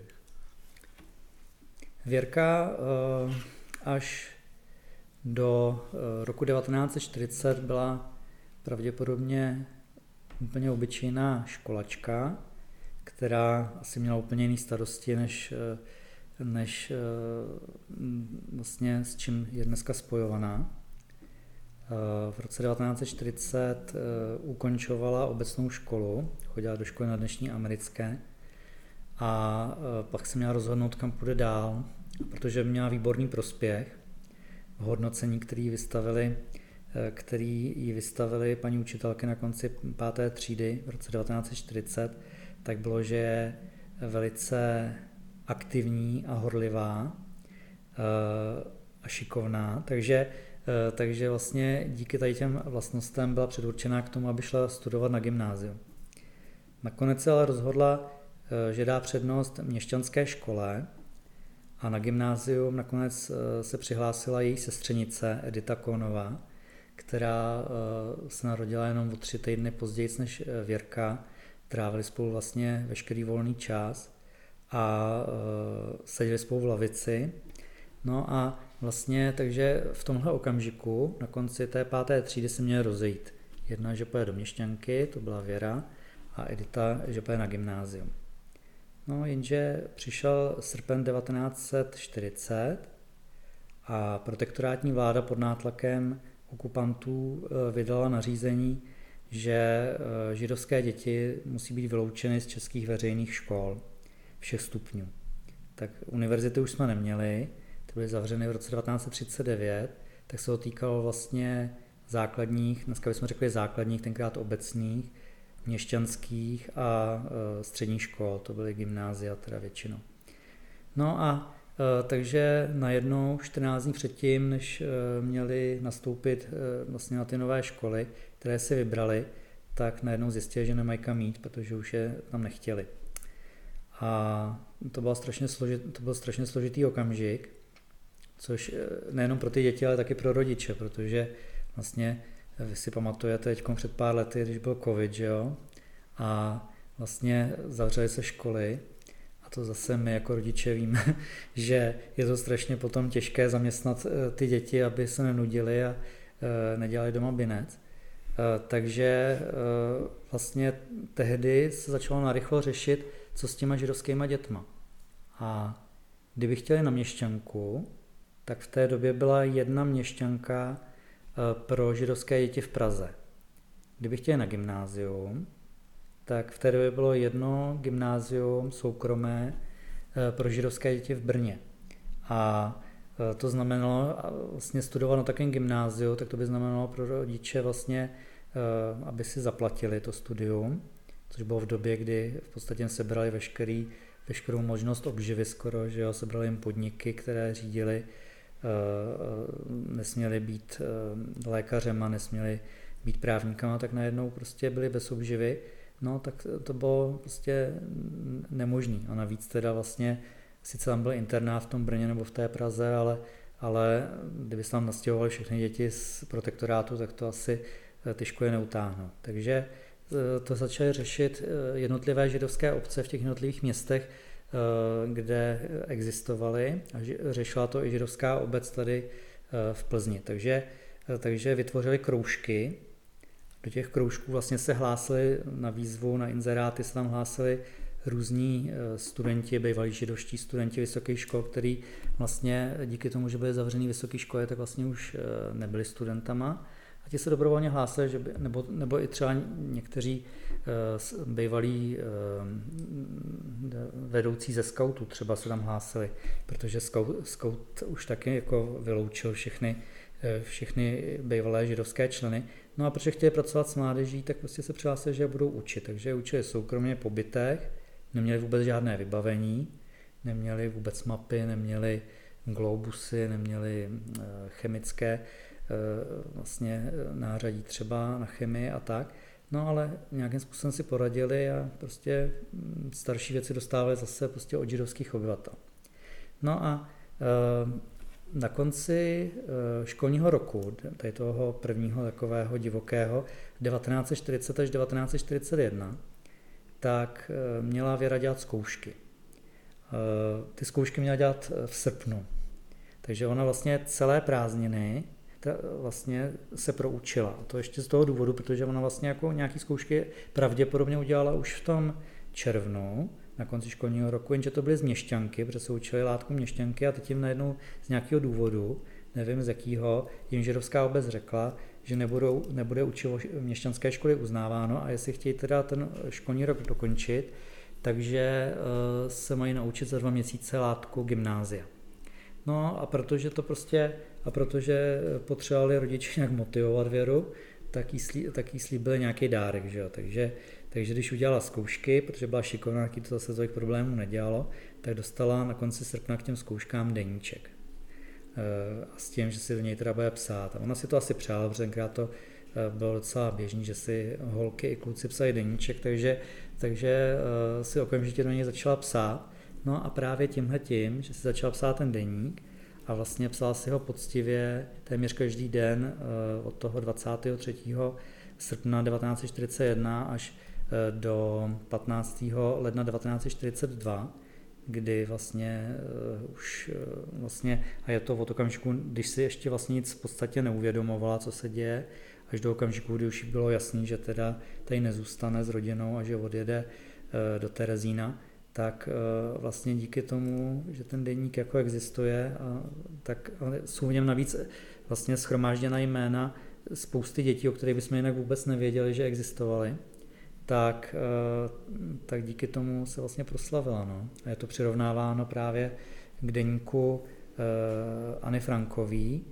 Věrka až do roku devatenáct set čtyřicet byla pravděpodobně úplně obyčejná školačka, která asi měla úplně jiné starosti, než, než vlastně s čím je dneska spojovaná. V roce devatenáct set čtyřicet ukončovala obecnou školu, chodila do školy na dnešní americké a pak se měla rozhodnout, kam půjde dál, protože měla výborný prospěch v hodnocení, který vystavili, který ji vystavili paní učitelky na konci páté třídy v roce devatenáct set čtyřicet, tak bylo, že je velice aktivní a horlivá a šikovná, takže Takže vlastně díky tady těm vlastnostem byla předurčená k tomu, aby šla studovat na gymnázium. Nakonec se ale rozhodla, že dá přednost měšťanské škole a na gymnázium nakonec se přihlásila její sestřenice Edita Kohnová, která se narodila jenom o tři týdny později než Věrka. Trávili spolu vlastně veškerý volný čas a seděli spolu v lavici. No a vlastně, takže v tomhle okamžiku na konci té páté třídy se měly rozejít. Jedna, že pojede do Měšťanky, to byla Věra, a Edita, že pojede na gymnázium. No jenže přišel srpen devatenáct set čtyřicet a protektorátní vláda pod nátlakem okupantů vydala nařízení, že židovské děti musí být vyloučeny z českých veřejných škol všech stupňů. Tak univerzity už jsme neměli, byly zavřeny v roce devatenáct set třicet devět, tak se to týkalo vlastně základních, dneska bychom řekli základních, tenkrát obecných, měšťanských a e, středních škol, to byly gymnázia teda většinou. No a e, takže najednou čtrnáct dní předtím, než e, měli nastoupit e, vlastně na ty nové školy, které si vybrali, tak najednou zjistili, že nemají kam jít, protože už je tam nechtěli. A to byl strašně složitý, to byl strašně složitý okamžik, což nejenom pro ty děti, ale taky pro rodiče, protože vlastně vy si pamatujete teď před pár lety, když byl covid, že jo, a vlastně zavřely se školy a to zase my jako rodiče víme, že je to strašně potom těžké zaměstnat ty děti, aby se nenudili a nedělali doma binec. Takže vlastně tehdy se začalo narychlo řešit, co s těma židovskýma dětma. A kdyby chtěli na Měšťanku, tak v té době byla jedna měšťanka pro židovské děti v Praze. Kdyby chtěli na gymnázium, tak v té době bylo jedno gymnázium soukromé pro židovské děti v Brně. A to znamenalo vlastně studovat na takovém gymnáziu, tak to by znamenalo pro rodiče vlastně, aby si zaplatili to studium, což bylo v době, kdy v podstatě sebrali veškerý, veškerou možnost obživy skoro, že jo, sebrali jim podniky, které řídili, nesměli být lékařema, nesměli být právníkama, tak najednou prostě byli bez obživy, no tak to bylo prostě nemožný. A navíc teda vlastně, sice tam byl internát v tom Brně nebo v té Praze, ale, ale kdyby se tam nastěhovali všechny děti z protektorátu, tak to asi ty školy neutáhnou. Takže to začaly řešit jednotlivé židovské obce v těch jednotlivých městech, kde existovaly a řešila to i židovská obec tady v Plzni. Takže, takže vytvořili kroužky. Do těch kroužků vlastně se hlásili na výzvu, na inzeráty se tam hlásili různí studenti, bývalí židovští studenti vysokých škol, kteří vlastně díky tomu, že byly zavřený vysoké školy, tak vlastně už nebyli studentama. A ti se dobrovolně hlásili, že by, nebo, nebo i třeba někteří uh, bývalí uh, vedoucí ze skautu třeba se tam hlásili, protože skaut, skaut už taky jako vyloučil všechny, uh, všechny bývalé židovské členy. No a protože chtěli pracovat s mládeží, tak prostě se přihlásili, že budou učit. Takže učili soukromně po bytech, neměli vůbec žádné vybavení, neměli vůbec mapy, neměli globusy, neměli uh, chemické vlastně nářadí třeba na chemii a tak. No ale nějakým způsobem si poradili a prostě starší věci dostávali zase prostě od židovských obyvatel. No a na konci školního roku, tady toho prvního takového divokého, devatenáct set čtyřicet až devatenáct set čtyřicet jedna, tak měla Věra dělat zkoušky. Ty zkoušky měla dělat v srpnu. Takže ona vlastně celé prázdniny vlastně se proučila. A to ještě z toho důvodu, protože ona vlastně jako nějaký zkoušky pravděpodobně udělala už v tom červnu, na konci školního roku, jenže to byly z měšťanky, protože se učili látku měšťanky a teď jim najednou z nějakého důvodu, nevím z jakého, jim židovská obec řekla, že nebudou, nebude učivo měšťanské školy uznáváno a jestli chtějí teda ten školní rok dokončit, takže uh, se mají naučit za dva měsíce látku gymnázia. No a protože to prostě, a protože potřebovali rodiče nějak motivovat Věru, tak jí, slí, tak jí slíbili nějaký dárek, že jo, takže Takže když udělala zkoušky, protože byla šikovná, taky to zase tolik problémů nedělalo, tak dostala na konci srpna k těm zkouškám deníček. A s tím, že si do něj teda bude psát. A ona si to asi přála, protože tenkrát to bylo docela běžný, že si holky i kluci psali deníček, takže, takže si okamžitě do něj začala psát. No a právě tímhle tím, že si začala psát ten deník a vlastně psala si ho poctivě téměř každý den od toho dvacátého třetího srpna devatenáct set čtyřicet jedna až do patnáctého ledna devatenáct set čtyřicet dva, kdy vlastně uh, už uh, vlastně, a je to od okamžiku, když si ještě vlastně nic v podstatě neuvědomovala, co se děje, až do okamžiku, kdy už bylo jasný, že teda tady nezůstane s rodinou a že odjede uh, do Terezína, tak uh, vlastně díky tomu, že ten deník jako existuje, a, tak jsou v něm navíc vlastně shromážděna jména spousty dětí, o kterých bychom jinak vůbec nevěděli, že existovaly, tak, tak díky tomu se vlastně proslavila. No. A je to přirovnáváno právě k deníku Anny Frankové,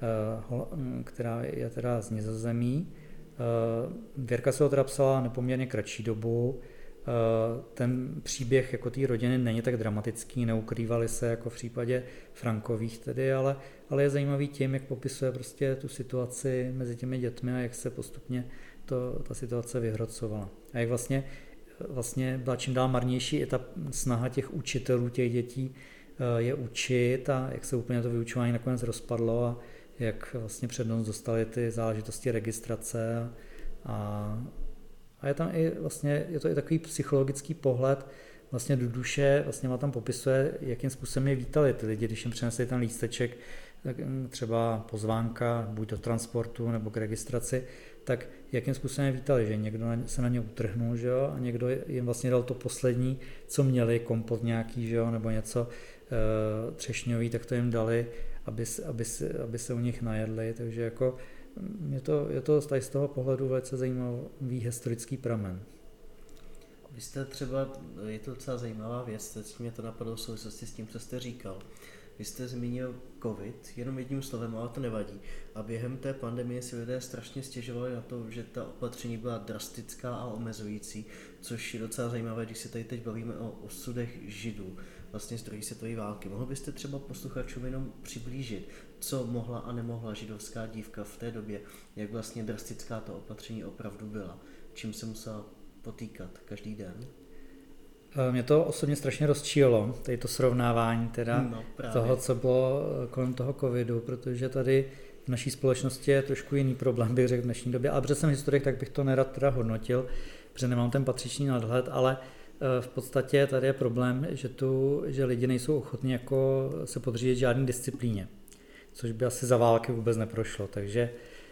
která je teda z Nizozemí. Věrka se ho teda psala nepoměrně kratší dobu. Ten příběh jako té rodiny není tak dramatický, neukrývali se jako v případě Frankových tedy, ale, ale je zajímavý tím, jak popisuje prostě tu situaci mezi těmi dětmi a jak se postupně to, ta situace vyhrocovala. A jak vlastně, vlastně byla čím dál marnější i ta snaha těch učitelů, těch dětí je učit a jak se úplně to vyučování nakonec rozpadlo a jak vlastně přednost dostali ty záležitosti registrace a, a A je tam i vlastně, je to i takový psychologický pohled vlastně do duše, vlastně má tam popisuje, jakým způsobem je vítali ty lidi, když jim přinesli ten lísteček, tak třeba pozvánka, buď do transportu nebo k registraci, tak jakým způsobem je vítali, že někdo se na ně utrhnul, že jo, a někdo jim vlastně dal to poslední, co měli, kompot nějaký, že jo, nebo něco e, třešňový, tak to jim dali, aby, aby, aby se u nich najedli, takže jako Je to, je to z toho pohledu velice zajímavý historický pramen. Vy jste třeba, je to docela zajímavá věc, teď mě to napadlo v souvislosti s tím, co jste říkal. Vy jste zmínil covid, jenom jedním slovem, ale to nevadí. A během té pandemie si lidé strašně stěžovali na to, že ta opatření byla drastická a omezující, což je docela zajímavé, když se tady teď bavíme o osudech Židů, vlastně z druhé světové války. Mohl byste třeba posluchačům jenom přiblížit, co mohla a nemohla židovská dívka v té době, jak vlastně drastická ta opatření opravdu byla, čím se musela potýkat každý den? Mě to osobně strašně rozčílo, tady to srovnávání teda no, toho, co bylo kolem toho covidu, protože tady v naší společnosti je trošku jiný problém, bych řekl v dnešní době. A protože jsem historik, tak bych to nerad teda hodnotil, protože nemám ten patřičný nadhled, ale v podstatě tady je problém, že, tu, že lidi nejsou ochotní jako se podřídit žádný disciplíně, což by asi za války vůbec neprošlo. Takže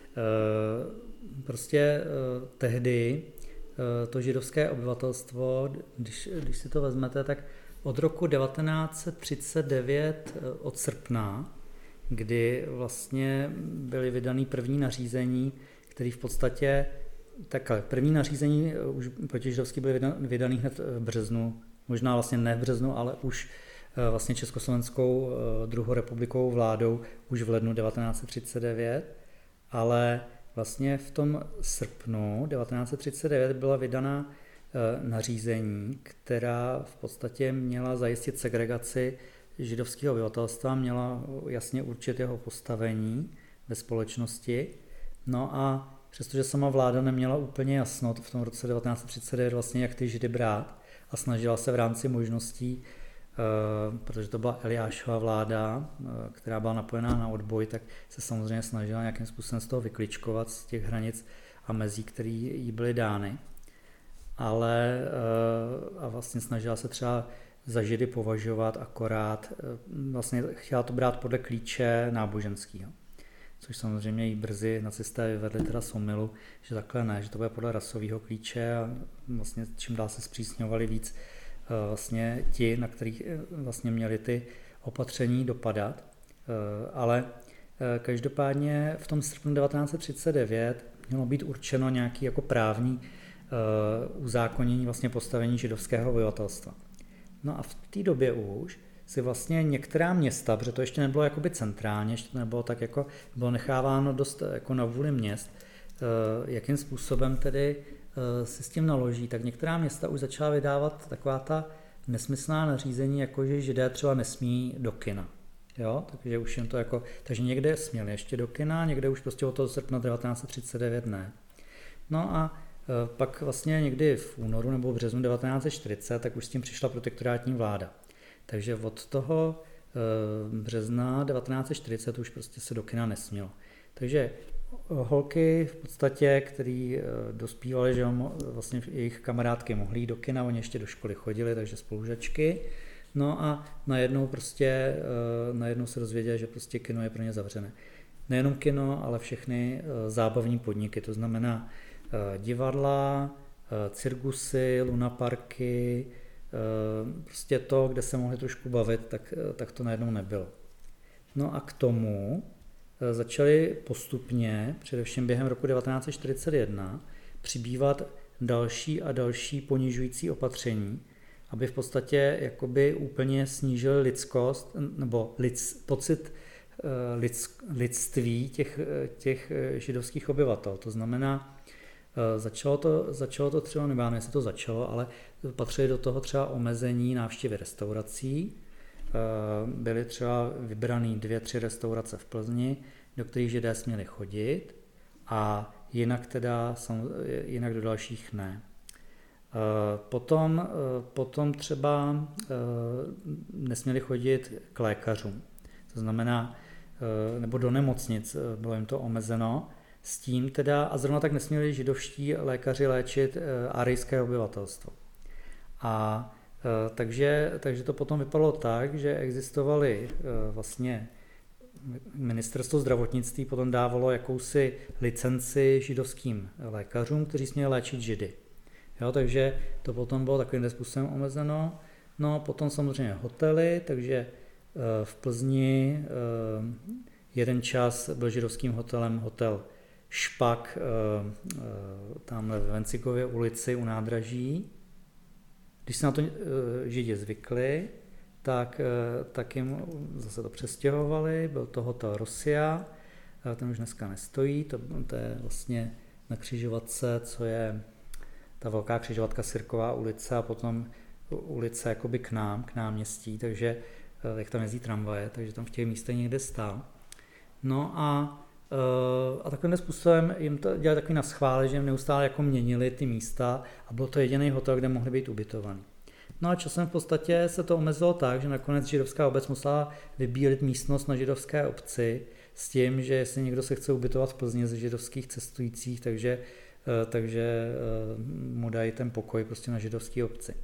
prostě tehdy to židovské obyvatelstvo, když, když si to vezmete, tak od roku devatenáct set třicet devět od srpna, kdy vlastně byly vydaný první nařízení, který v podstatě, takhle, první nařízení už proti židovský byly vydaný hned v březnu, možná vlastně ne v březnu, ale už vlastně Československou druhorepublikovou vládou už v lednu devatenáct set třicet devět, ale vlastně v tom srpnu devatenáct set třicet devět byla vydaná e, nařízení, která v podstatě měla zajistit segregaci židovského obyvatelstva, měla jasně určit jeho postavení ve společnosti. No a přestože sama vláda neměla úplně jasno v tom roce devatenáct set třicet devět vlastně, jak ty židy brát a snažila se v rámci možností, e, protože to byla Eliášova vláda, e, která byla napojená na odboj, tak se samozřejmě snažila nějakým způsobem z toho vykličkovat z těch hranic a mezí, které jí byly dány. Ale e, a vlastně snažila se třeba za židy považovat akorát, e, vlastně chtěla to brát podle klíče náboženského. což samozřejmě i brzy nacisté vyvedli teda z omylu, že takhle ne, že to bude podle rasového klíče a vlastně čím dál se zpřísňovali víc vlastně ti, na kterých vlastně měli ty opatření dopadat. Ale každopádně v tom srpnu devatenáct set třicet devět mělo být určeno nějaký jako právní uzákonění vlastně postavení židovského obyvatelstva. No a v té době už si vlastně některá města, protože to ještě nebylo jakoby centrálně, ještě to nebylo tak jako, bylo necháváno dost jako na vůli měst, jakým způsobem tedy si s tím naloží, tak některá města už začala vydávat taková ta nesmyslná nařízení, jako že židé třeba nesmí do kina. Jo, takže už jen to jako, takže někde směli ještě do kina, někde už prostě od toho srpna devatenáct set třicet devět ne. No a e, pak vlastně někdy v únoru nebo v březnu devatenáct set čtyřicet, tak už s tím přišla protektorátní vláda. Takže od toho e, března devatenáct set čtyřicet už prostě se do kina nesmělo. Takže holky v podstatě, který e, dospívali, že vlastně jejich kamarádky mohly jít do kina, oni ještě do školy chodili, takže spolužačky. No a najednou prostě, najednou se dozvěděli, že prostě kino je pro ně zavřené. Nejenom kino, ale všechny zábavní podniky, to znamená divadla, cirkusy, lunaparky, prostě to, kde se mohli trošku bavit, tak, tak to najednou nebylo. No a k tomu začaly postupně, především během roku devatenáct set čtyřicet jedna, přibývat další a další ponižující opatření, aby v podstatě jakoby úplně snížil lidskost nebo lids, pocit lids, lidství těch, těch židovských obyvatel. To znamená, začalo to, začalo to třeba, nevím, jestli to začalo, ale patřily do toho třeba omezení návštěvy restaurací. Byly třeba vybrané dvě, tři restaurace v Plzni, do kterých židé směli chodit a jinak teda, jinak do dalších ne. Potom, potom třeba nesměli chodit k lékařům, to znamená, nebo do nemocnic, bylo jim to omezeno, s tím teda, a zrovna tak nesměli židovští lékaři léčit arijské obyvatelstvo. A takže, takže to potom vypadalo tak, že existovaly vlastně ministerstvo zdravotnictví potom dávalo jakousi licenci židovským lékařům, kteří směli léčit židy. Jo, takže to potom bylo takovým způsobem omezeno. No potom samozřejmě hotely, takže v Plzni jeden čas byl židovským hotelem hotel Špak, tam ve Vencikově ulici u nádraží. Když se na to židi zvykli, tak, tak jim zase to přestěhovali, byl to hotel Rosia, ten už dneska nestojí, to, to je vlastně na křižovatce, co je ta velká křižovatka Sirková ulice a potom ulice jakoby k nám, k náměstí, takže jak tam jezdí tramvaje, takže tam v těch místech někde stál. No a, a takovým způsobem jim to dělali takový naschvál, že jim neustále jako měnili ty místa a byl to jediný hotel, kde mohli být ubytovaný. No a časem v podstatě se to omezilo tak, že nakonec židovská obec musela vybílit místnost na židovské obci s tím, že jestli někdo se chce ubytovat v Plzni ze židovských cestujících, takže takže mu dají ten pokoj prostě na židovské obci.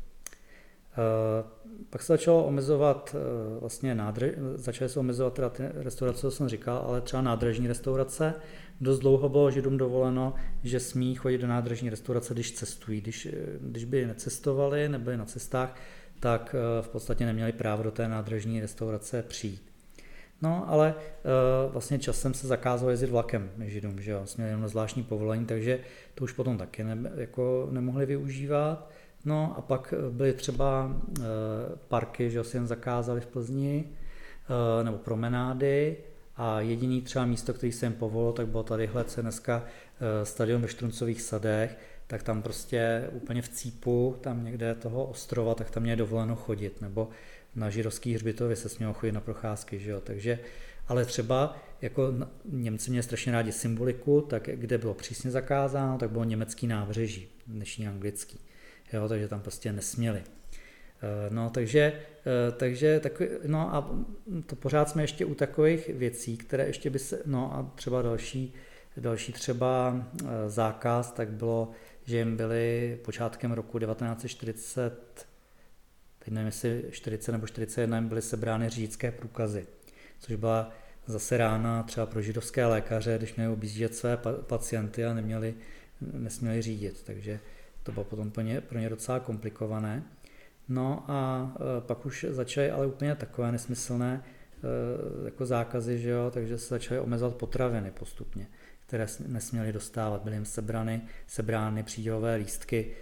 Pak se začalo omezovat vlastně nádrž, začaly se omezovat teda ty restaurace, co jsem říkal, ale třeba nádražní restaurace. Dost dlouho bylo židům dovoleno, že smí chodit do nádražní restaurace, když cestují. Když, když by necestovali, nebyli na cestách, tak v podstatě neměli právo do té nádražní restaurace přijít. No, ale e, vlastně časem se zakázalo jezdit vlakem židům, že jo, směli jenom zvláštní povolení, takže to už potom taky ne, jako nemohli využívat. No a pak byly třeba e, parky, že jo, si jen zakázali v Plzni, e, nebo promenády a jediný třeba místo, který se jim povolilo, tak bylo tadyhle, co je dneska e, stadion ve Štruncových sadech, tak tam prostě úplně v cípu, tam někde toho ostrova, tak tam je dovoleno chodit, nebo na židovský hřbitově se smělo chodit na procházky, že jo, takže, ale třeba jako Němci měli strašně rádi symboliku, tak kde bylo přísně zakázáno, tak bylo německý nábřeží, dnešní anglický, jo, takže tam prostě nesměli. No, takže, takže takový, no a to pořád jsme ještě u takových věcí, které ještě by se, no a třeba další, další třeba zákaz, tak bylo, že jim byly počátkem roku devatenáct set čtyřicet, teď nevím, jestli čtyřicet nebo čtyřicet jedna, byly sebrány řidičské průkazy, což byla zase rána třeba pro židovské lékaře, když měli objíždět své pacienty a neměli, nesměli řídit, takže to bylo potom pro ně, pro ně docela komplikované. No a pak už začaly ale úplně takové nesmyslné jako zákazy, že jo, takže se začaly omezovat potraviny postupně, které nesměly dostávat. Byly jim sebrany, sebrány přídělové lístky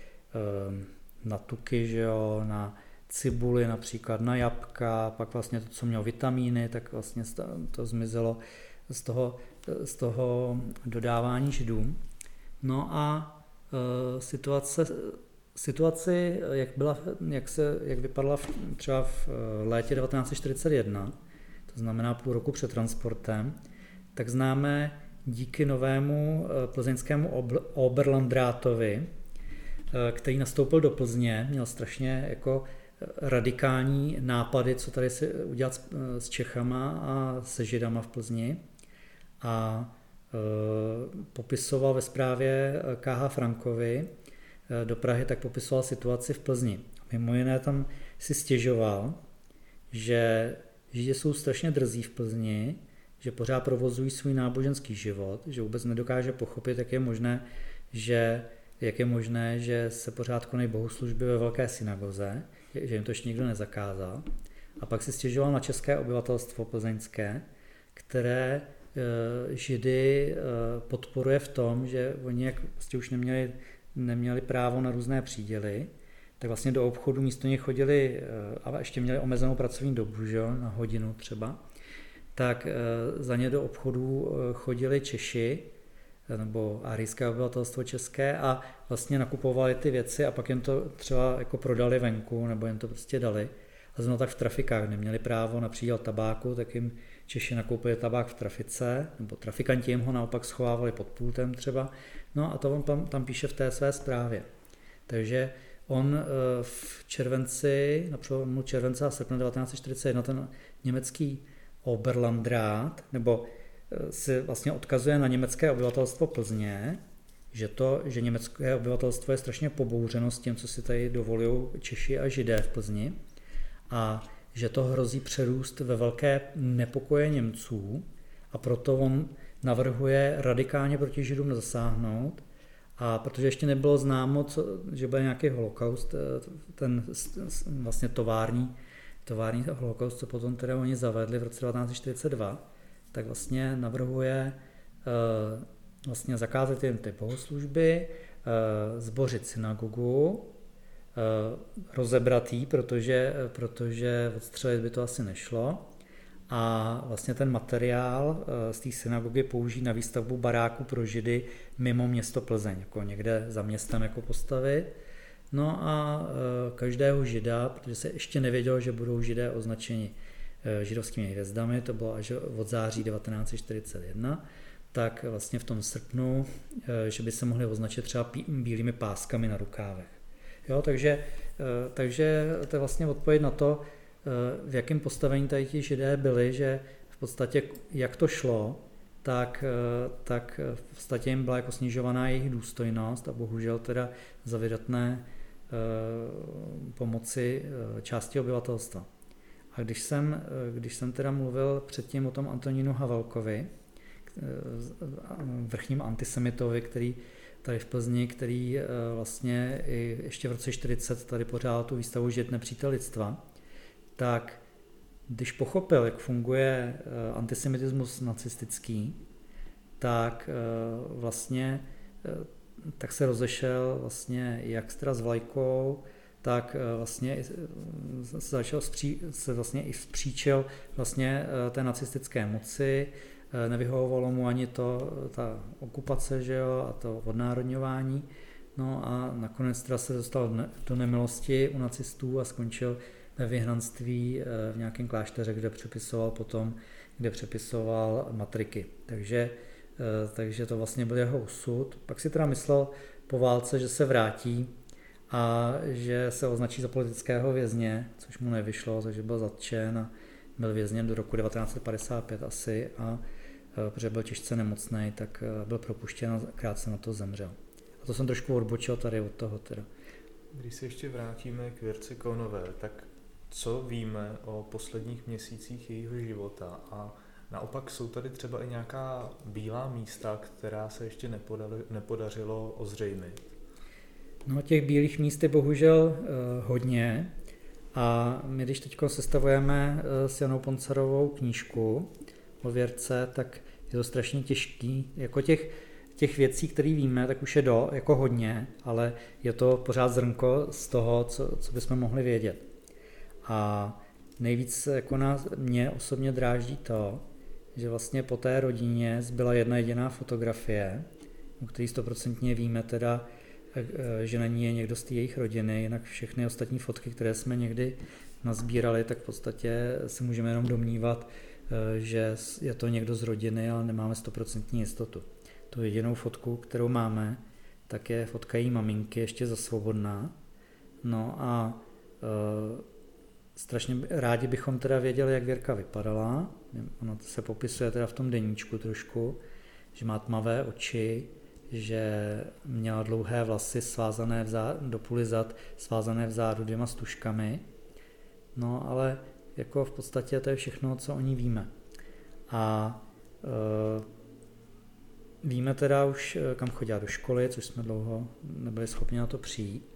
na tuky, že jo, na cibuli například, na jablka, pak vlastně to, co mělo vitamíny, tak vlastně to zmizelo z toho, z toho dodávání židům. No a e, situace, situaci, jak, byla, jak, se, jak vypadala v, třeba v létě devatenáct set čtyřicet jedna, to znamená půl roku před transportem, tak známe díky novému plzeňskému Oberlandrátovi, který nastoupil do Plzně, měl strašně jako radikální nápady, co tady si udělat s, s Čechama a se Židama v Plzni. A e, popisoval ve zprávě K H Frankovi e, do Prahy, tak popisoval situaci v Plzni. Mimo jiné tam si stěžoval, že Židi jsou strašně drzí v Plzni, že pořád provozují svůj náboženský život, že vůbec nedokáže pochopit, jak je možné, že jak je možné, že se pořád konají bohoslužby ve velké synagoze, že jim to ještě nikdo nezakázal. A pak si stěžoval na české obyvatelstvo plzeňské, které e, Židy e, podporuje v tom, že oni jak vlastně už neměli, neměli právo na různé příděly, tak vlastně do obchodu místo nich chodili, e, a ještě měli omezenou pracovní dobu, že jo, na hodinu třeba, tak e, za ně do obchodu chodili Češi, nebo arijské obyvatelstvo české a vlastně nakupovali ty věci a pak jim to třeba jako prodali venku nebo jim to prostě dali. A zrovna tak v trafikách neměli právo na příděl tabáku, tak jim Češi nakoupili tabák v trafice, nebo trafikanti jim ho naopak schovávali pod pultem třeba. No a to on tam, tam píše v té své zprávě. Takže on v červenci, na přelomu července a srpna devatenáct set čtyřicet jedna ten německý Oberlandrat, nebo si vlastně odkazuje na německé obyvatelstvo Plzně, že to, že německé obyvatelstvo je strašně pobouřeno s tím, co si tady dovolují Češi a Židé v Plzni a že to hrozí přerůst ve velké nepokoje Němců a proto on navrhuje radikálně proti Židům zasáhnout a protože ještě nebylo známo, co, že bude nějaký holokaust, ten vlastně tovární, tovární holokaust, co potom teda oni zavedli v roce devatenáct set čtyřicet dva, tak vlastně navrhuje uh, vlastně zakázat jen ty bohoslužby, uh, zbořit synagogu, uh, rozebrat jí, protože, protože odstřelit by to asi nešlo a vlastně ten materiál uh, z té synagogy použít na výstavbu baráků pro Židy mimo město Plzeň, jako někde za městem jako postavit. No a uh, každého Žida, protože se ještě nevědělo, že budou Židé označeni židovskými hvězdami, to bylo až od září devatenáct set čtyřicet jedna, tak vlastně v tom srpnu, že by se mohli označit třeba bílými páskami na rukávech. Jo, takže, takže to je vlastně odpověď na to, v jakém postavení tady ti Židé byli, že v podstatě jak to šlo, tak, tak v podstatě jim byla jako snižovaná jejich důstojnost a bohužel teda za vydatné pomoci části obyvatelstva. A když jsem, když jsem teda mluvil předtím o tom Antonínu Havelkovi, vrchním antisemitovi, který tady v Plzni, který vlastně i ještě v roce čtyřicet tady pořádal tu výstavu Žid nepřítel lidstva, tak když pochopil, jak funguje antisemitismus nacistický, tak vlastně tak se rozešel vlastně jak teda s vlajkou, tak vlastně se začal spří, se vlastně i vzpříčil vlastně té nacistické moci, nevyhovovalo mu ani to, ta okupace, že jo, a to odnárodňování, no a nakonec teda se dostal do nemilosti u nacistů a skončil ve vyhnanství v nějakém klášteře, kde přepisoval potom, kde přepisoval matriky, takže, takže to vlastně byl jeho osud. Pak si teda myslel po válce, že se vrátí a že se označí za politického vězně, což mu nevyšlo, takže byl zatčen a byl vězněn do roku devatenáct set padesát pět asi a protože byl těžce nemocný, tak byl propuštěn a krátce na to zemřel. A to jsem trošku odbočil tady od toho teda. Když se ještě vrátíme k Věrce Kohnové, tak co víme o posledních měsících jejího života a Naopak jsou tady třeba i nějaká bílá místa, která se ještě nepodali, nepodařilo ozřejmit. No, těch bílých míst je bohužel uh, hodně a my když teď sestavujeme uh, s Janou Poncarovou knížku o Věrce, tak je to strašně těžký. Jako těch, těch věcí, které víme, tak už je do, jako hodně, ale je to pořád zrnko z toho, co, co bychom mohli vědět. A nejvíc jako nás, mě osobně dráždí to, že vlastně po té rodině zbyla jedna jediná fotografie, o který stoprocentně víme teda, že na ní je někdo z té jejich rodiny, jinak všechny ostatní fotky, které jsme někdy nazbírali, tak v podstatě si můžeme jenom domnívat, že je to někdo z rodiny, ale nemáme stoprocentní jistotu. Tu jedinou fotku, kterou máme, tak je fotka její maminky, ještě za svobodná. No a e, strašně rádi bychom teda věděli, jak Věrka vypadala. Ona se popisuje teda v tom deníčku trošku, že má tmavé oči, že měla dlouhé vlasy svázané vzá, do půly zad, svázané vzadu dvěma stužkami. No ale jako v podstatě to je všechno, co o ní víme. A e, víme teda už, kam chodila do školy, což jsme dlouho nebyli schopni na to přijít.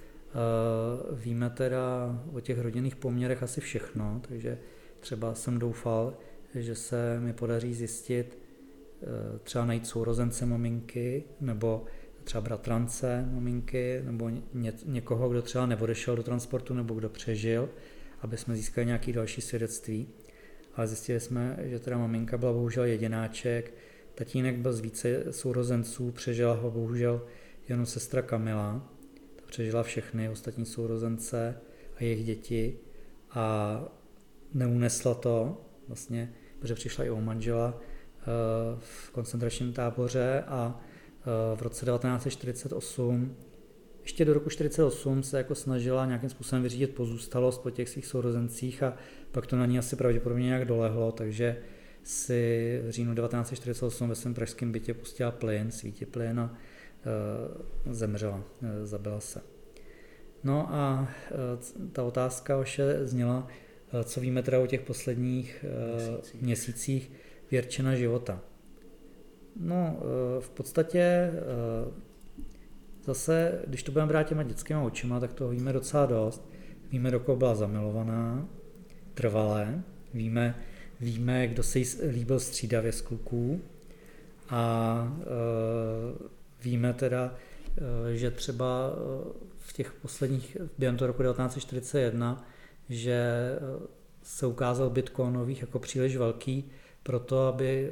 E, víme teda o těch rodinných poměrech asi všechno, takže třeba jsem doufal, že se mi podaří zjistit, e, třeba najít sourozence maminky, nebo třeba bratrance maminky, nebo ně, někoho, kdo třeba neodešel do transportu, nebo kdo přežil, aby jsme získali nějaké další svědectví. Ale zjistili jsme, že teda maminka byla bohužel jedináček, tatínek byl z více sourozenců, přežila ho bohužel jenom sestra Kamila, ta přežila všechny ostatní sourozence a jejich děti a neunesla to, vlastně, protože přišla i o manžela v koncentračním táboře a v roce devatenáct set čtyřicet osm ještě do roku čtyřicet osm se jako snažila nějakým způsobem vyřídit pozůstalost po těch svých sourozencích a pak to na ní asi pravděpodobně nějak dolehlo, takže si v říjnu devatenáct set čtyřicet osm ve svém pražském bytě pustila plyn, svítiplyn a e, zemřela, e, zabila se. No a e, ta otázka vaše zněla, e, co víme teda o těch posledních e, měsících. měsících Věrčina života. No e, v podstatě e, zase, když to budeme brát těma dětskýma očima, tak to víme docela dost. Víme, do koho byla zamilovaná, trvalé, víme, víme, kdo se jí líbil střídavě z kluků a e, víme teda, e, že třeba v těch posledních, během toho roku devatenáct set čtyřicet jedna, že se ukázal byt Kohnových jako příliš velký pro to, aby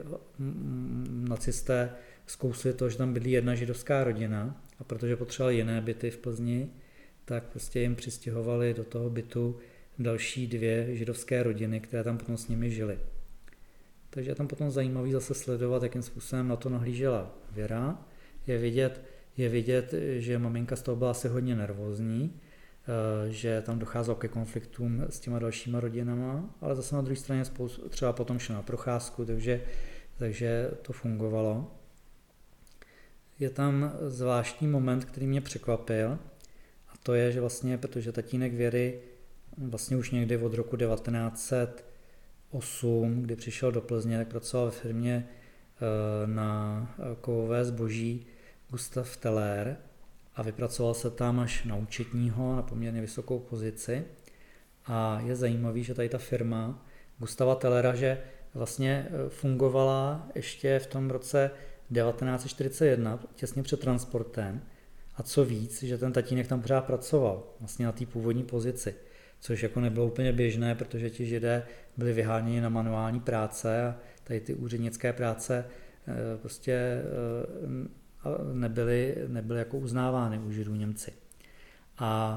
nacisté zkousli to, že tam bydlí jedna židovská rodina a protože potřebovali jiné byty v Plzni, tak prostě jim přistěhovali do toho bytu další dvě židovské rodiny, které tam potom s nimi žily. Takže je tam potom zajímavý zase sledovat, jakým způsobem na to nahlížela Věra. Je vidět, je vidět, že maminka z toho byla asi hodně nervózní, že tam docházelo ke konfliktům s těma dalšíma rodinama, ale zase na druhé straně spoustu, třeba potom šla na procházku, takže, takže to fungovalo. Je tam zvláštní moment, který mě překvapil, a to je, že vlastně, protože tatínek Věry vlastně už někdy od roku devatenáct set osm, kdy přišel do Plzně, tak pracoval ve firmě na kovové zboží Gustav Teller a vypracoval se tam až na účetního, na poměrně vysokou pozici. A je zajímavý, že tady ta firma Gustava Tellera, že vlastně fungovala ještě v tom roce devatenáct set čtyřicet jedna, těsně před transportem. A co víc, že ten tatínek tam pořád pracoval, vlastně na té původní pozici, což jako nebylo úplně běžné, protože ti Židé byli vyháněni na manuální práce a tady ty úřednické práce prostě nebyly, nebyly jako uznávány u Židů Němci. A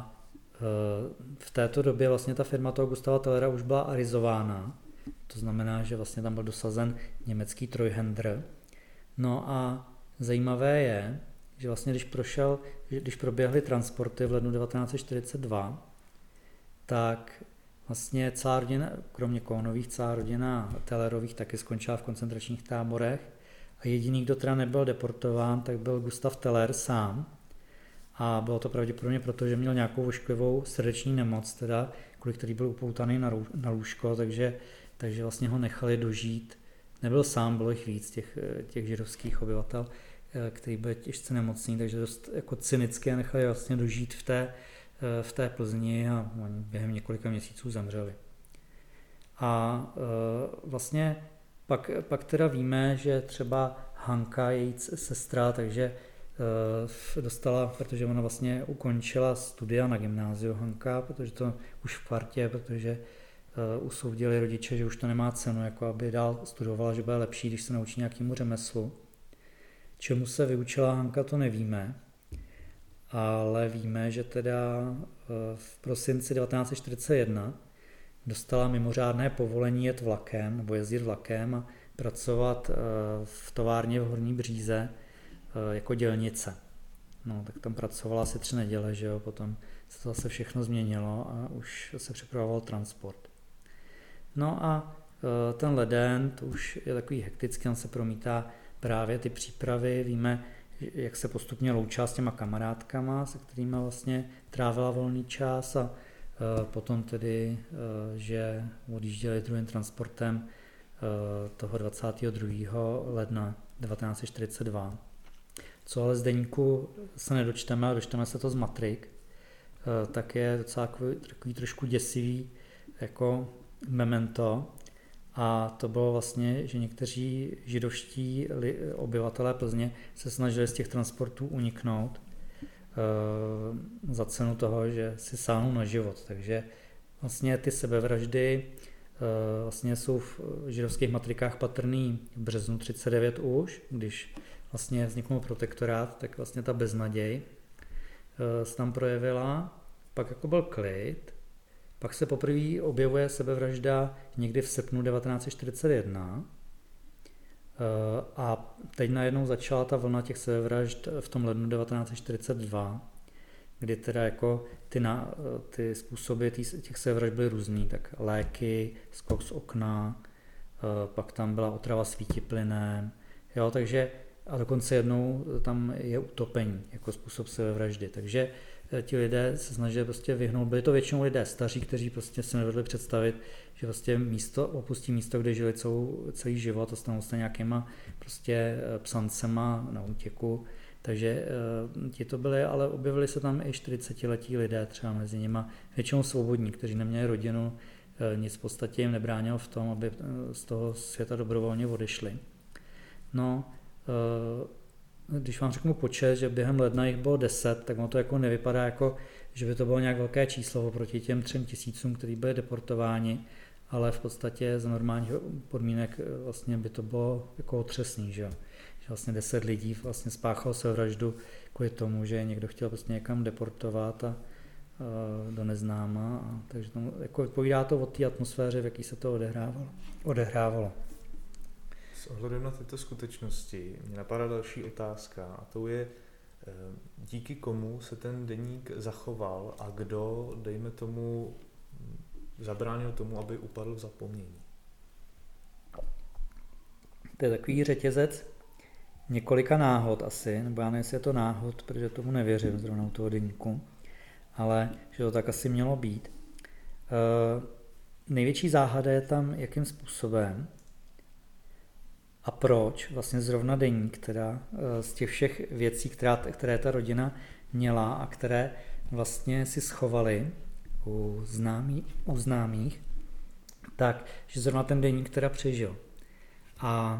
v této době vlastně ta firma toho Gustava Tellera už byla arizována, to znamená, že vlastně tam byl dosazen německý trojhendr. No a zajímavé je, že vlastně když prošel, když proběhly transporty v lednu devatenáct set čtyřicet dva, tak vlastně celá rodina, kromě Kohnových, celá rodina Tellerových taky skončila v koncentračních táborech a jediný, kdo teda nebyl deportován, tak byl Gustav Teller sám. A bylo to pravděpodobně proto, že měl nějakou ošklivou srdeční nemoc, teda, kvůli který byl upoutaný na, rů, na lůžko, takže, takže vlastně ho nechali dožít nebyl sám, bylo jich víc, těch, těch židovských obyvatel, který byl těžce nemocný, takže dost jako cynicky nechali vlastně dožít v té, v té Plzni a během několika měsíců zemřeli. A vlastně pak, pak teda víme, že třeba Hanka, její sestra, takže dostala, protože ona vlastně ukončila studia na gymnáziu Hanka, protože to už v kvartě, protože usoudili rodiče, že už to nemá cenu, jako aby dál studovala, že bude lepší, když se naučí nějakému řemeslu. Čemu se vyučila Hanka, to nevíme, ale víme, že teda v prosinci devatenáct set čtyřicet jedna dostala mimořádné povolení jet vlakem, nebo jezdit vlakem a pracovat v továrně v Horní Bříze jako dělnice. No, tak tam pracovala asi tři neděle, že jo, potom se to zase všechno změnilo a už se připravoval transport. No a ten leden, to už je takový hektický, tam se promítá právě ty přípravy, víme, jak se postupně loučila s těma kamarádkama, se kterými vlastně trávila volný čas a potom tedy, že odjížděli druhým transportem toho dvacátého druhého ledna devatenáct set čtyřicet dva. Co ale z deníku se nedočteme, a dočteme se to z matrik, tak je docela takový, takový trošku děsivý jako memento. A to bylo vlastně, že někteří židovští obyvatelé Plzně se snažili z těch transportů uniknout e, za cenu toho, že si sáhnou na život. Takže vlastně ty sebevraždy e, vlastně jsou v židovských matrikách patrný v březnu třicet devět už, když vlastně vzniknul protektorát, tak vlastně ta beznaděj e, se tam projevila. Pak jako byl klid. Pak se poprvé objevuje sebevražda někdy v srpnu devatenáct set čtyřicet jedna a teď najednou začala ta vlna těch sebevražd v tom lednu devatenáct set čtyřicet dva, kdy teda jako ty, na, ty způsoby těch sebevražd byly různý, tak léky, skok z okna, pak tam byla otrava svítiplynem, jo, takže a dokonce jednou tam je utopení jako způsob sebevraždy, takže ti lidé se snažili prostě vyhnout, byli to většinou lidé staří, kteří prostě si nedovedli představit, že prostě místo, opustí místo, kde žili celou, celý život a stanou se nějakýma prostě psancema na útěku, takže ti to byli, ale objevili se tam i čtyřicetiletí lidé, třeba mezi nimi většinou svobodní, kteří neměli rodinu, nic v podstatě jim nebránilo v tom, aby z toho světa dobrovolně odešli. No, když vám řeknu počet, že během ledna jich bylo deset, tak ono to jako nevypadá jako, že by to bylo nějak velké číslo oproti těm třem tisícům, kteří byli deportováni, ale v podstatě za normálních podmínek vlastně by to bylo jako otřesný, že jo. Že vlastně deset lidí vlastně spáchalo sebevraždu kvůli tomu, že někdo chtěl prostě někam deportovat a, a do neznáma, a, takže tomu, jako odpovídá to o té atmosféře, v jaký se to odehrávalo. odehrávalo. S ohledem na tyto skutečnosti mě napadá další otázka a to je, díky komu se ten deník zachoval a kdo, dejme tomu, zabránil tomu, aby upadl v zapomnění. To je takový řetězec několika náhod asi, nebo já nevím, jestli je to náhod, protože tomu nevěřím zrovna u toho deníku, ale že to tak asi mělo být. E, největší záhada je tam, jakým způsobem a proč vlastně zrovna deník, teda z těch všech věcí, která, které ta rodina měla a které vlastně si schovali u, známý, u známých, tak, že zrovna ten deník teda přežil. A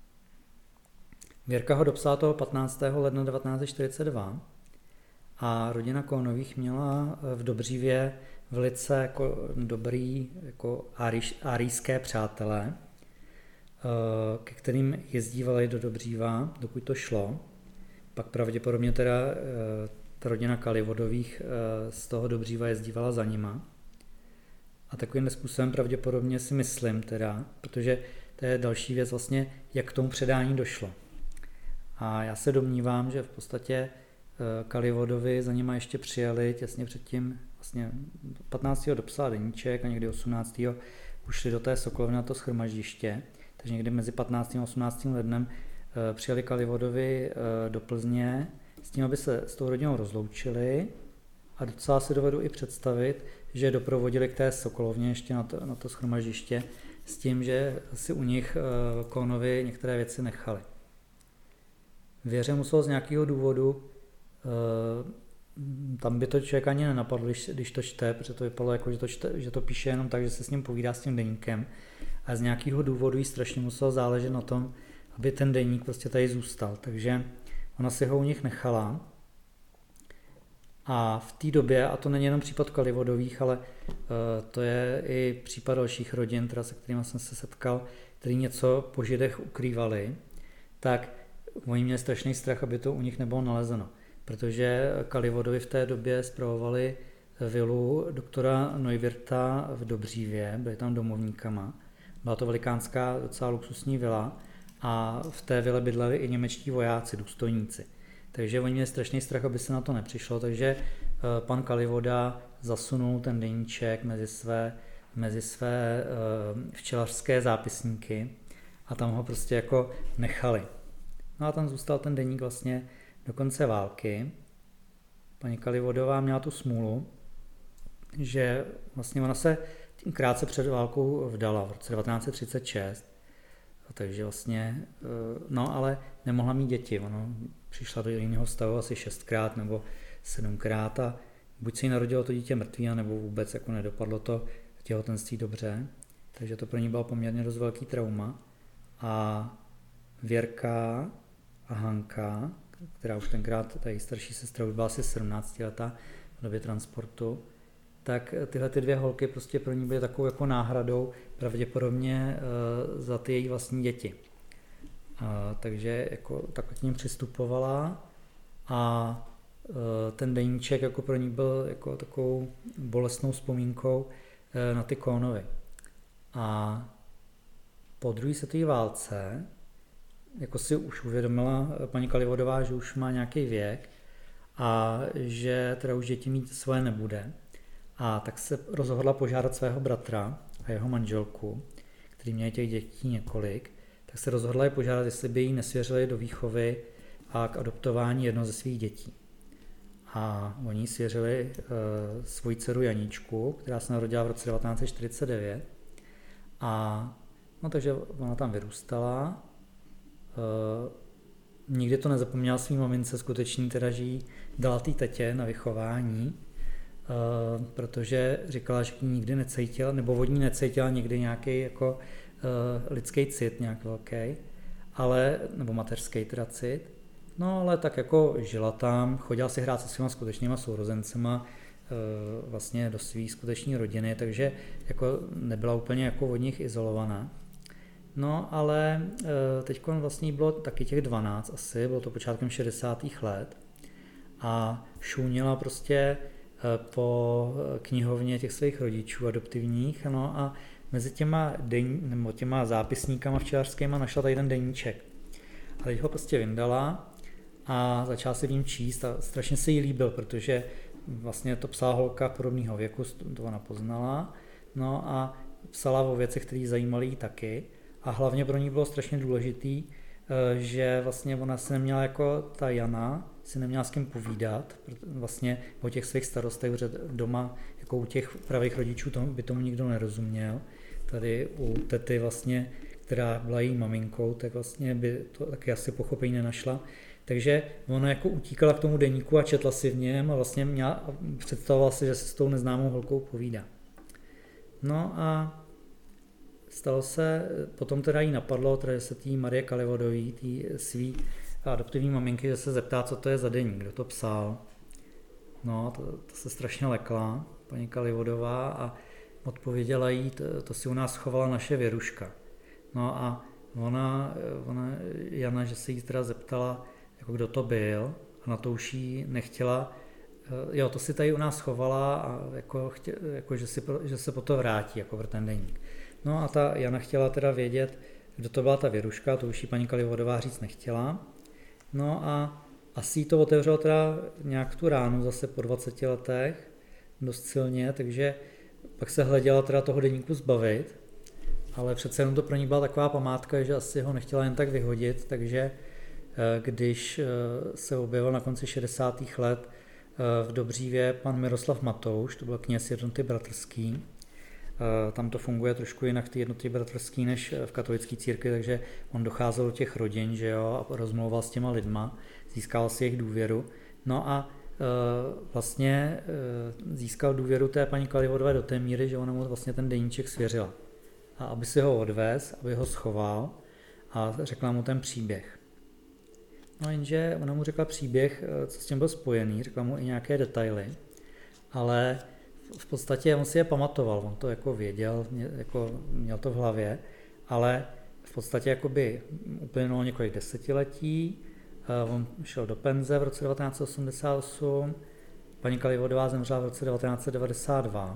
Věrka ho dopsala toho patnáctého ledna devatenáct set čtyřicet dva a rodina Kohnových měla v Dobřívě velice jako dobrý jako árijské přátelé, ke kterým jezdívali do Dobříva, dokud to šlo. Pak pravděpodobně teda ta rodina Kalivodových z toho Dobříva jezdívala za nima. A takovým způsobem pravděpodobně si myslím teda, protože to je další věc vlastně, jak k tomu předání došlo. A já se domnívám, že v podstatě Kalivodovi za nima ještě přijeli těsně předtím, vlastně patnáctého dopsala deníček a někdy osmnáctého ušli do té Sokolovny na to shromaždiště. Takže někdy mezi patnáctým a osmnáctým lednem e, přijeli Kalivodovi e, do Plzně s tím, aby se s tou rodinou rozloučili a docela si dovedu i představit, že je doprovodili k té Sokolovně ještě na to, na to shromaždiště, s tím, že si u nich Kohnovi některé věci nechali. Věře muselo z nějakého důvodu, tam by to člověk ani nenapadlo, když, když to čte, protože to vypadalo jako, že to, čte, že to píše jenom tak, že se s ním povídá s tím deníkem. A z nějakého důvodu jí strašně muselo záležet na tom, aby ten deník prostě tady zůstal. Takže ona si ho u nich nechala. A v té době, a to není jenom případ Kalivodových, ale uh, to je i případ dalších rodin, teda se kterými jsem se setkal, který něco po Židech ukrývali, tak oni měli strašný strach, aby to u nich nebylo nalezeno. Protože Kalivodovi v té době spravovali vilu doktora Neuwirta v Dobřívě, byli tam domovníkama. Byla to velikánská, docela luxusní vila a v té vile bydleli i němečtí vojáci, důstojníci. Takže oni měli strašný strach, aby se na to nepřišlo, takže pan Kalivoda zasunul ten deníček mezi své, mezi své včelařské zápisníky a tam ho prostě jako nechali. No a tam zůstal ten deník vlastně do konce války. Paní Kalivodová měla tu smůlu, že vlastně ona se tím krátce před válkou vdala v roce devatenáct set třicet šest, takže vlastně, no ale nemohla mít děti, ona přišla do jiného stavu asi šestkrát nebo sedmkrát a buď se jí narodilo to dítě mrtvý, nebo vůbec jako nedopadlo to těhotenství dobře, takže to pro ní bylo poměrně dost velký trauma a Věrka a Hanka, která už tenkrát, ta její starší sestra už byla asi sedmnáctiletá v době transportu, tak tyhle ty dvě holky prostě pro ní byly takovou jako náhradou pravděpodobně uh, za ty její vlastní děti. Uh, takže jako takhle k ním přistupovala a uh, ten deníček jako pro ní byl jako takovou bolestnou vzpomínkou uh, na ty Kohnovy. A po druhé světové válce jako si už uvědomila paní Kalivodová, že už má nějaký věk a že teda už děti mít svoje nebude. A tak se rozhodla požádat svého bratra a jeho manželku, který měli těch dětí několik, tak se rozhodla je požádat, jestli by jí nesvěřili do výchovy a k adoptování jedno ze svých dětí. A oni svěřili e, svoji dceru Janíčku, která se narodila v roce devatenáct set čtyřicet devět. A no takže ona tam vyrůstala. E, nikdy to nezapomněla svým mamince skutečný, teda, že jí dala té tetě na vychování, Uh, protože říkala, že nikdy necítila, nebo vodní necítila nikdy nějaký jako uh, lidský cit nějak velký, ale, nebo mateřský teda cit, no ale tak jako žila tam, chodila si hrát se svýma skutečnýma sourozencema uh, vlastně do svý skuteční rodiny, takže jako nebyla úplně jako od nich izolovaná. No ale uh, teď vlastně bylo taky těch dvanáct asi, bylo to počátkem šedesátých let a šunila prostě po knihovně těch svých rodičů adoptivních, no a mezi těma, den, nebo těma zápisníkama včelařskýma našla tady ten deníček. A teď ho prostě vyndala a začala si v ním číst a strašně se jí líbil, protože vlastně to psala holka podobného věku, to ona poznala, no a psala o věcech, které zajímaly jí taky a hlavně pro ní bylo strašně důležitý, že vlastně ona se neměla jako ta Jana, si neměla s kým povídat, vlastně o těch svých starostech, protože doma, jako u těch pravých rodičů, tomu, by tomu nikdo nerozuměl. Tady u tety vlastně, která byla její maminkou, tak vlastně by to taky asi pochopení nenašla. Takže ona jako utíkala k tomu deníku a četla si v něm a vlastně měla, představovala si, že se s tou neznámou holkou povídá. No a stalo se, potom teda jí napadlo, teda, že se tý Marie Kalivodový, tý svý adoptivní maminky, že se zeptá, co to je za deník, kdo to psal. No, to, to se strašně lekla, paní Kalivodová, a odpověděla jí, to, to si u nás chovala naše Věruška. No a ona, ona Jana, že se jí teda zeptala, jako kdo to byl, a na to už jí nechtěla, jo, to si tady u nás chovala a jako, chtě, jako že, si, že se po to vrátí, jako pro ten deník. No a ta Jana chtěla teda vědět, kdo to byla ta Věruška, to už jí paní Kalivodová říct nechtěla. No a asi jí to otevřelo teda nějak tu ránu zase po dvaceti letech, dost silně, takže pak se hleděla teda toho deníku zbavit, ale přece jenom to pro ní byla taková památka, že asi ho nechtěla jen tak vyhodit, takže když se objevil na konci šedesátých let v Dobřívě pan Miroslav Matouš, to byl kněz Jednoty bratrský, tam to funguje trošku jinak v té jednotě bratrský než v katolické církvi, takže on docházel do těch rodin, že jo, a rozmlouval s těma lidma, získal si jejich důvěru. No a vlastně získal důvěru té paní Kalivodové do té míry, že ona mu vlastně ten deníček svěřila. A aby si ho odvez, aby ho schoval a řekla mu ten příběh. No jenže ona mu řekla příběh, co s tím byl spojený, řekla mu i nějaké detaily, ale v podstatě on si je pamatoval, on to jako věděl, jako měl to v hlavě, ale v podstatě jakoby uplynulo několik desetiletí, on šel do penze v roce devatenáct set osmdesát osm, paní Kalivodová zemřela v roce devatenáct set devadesát dva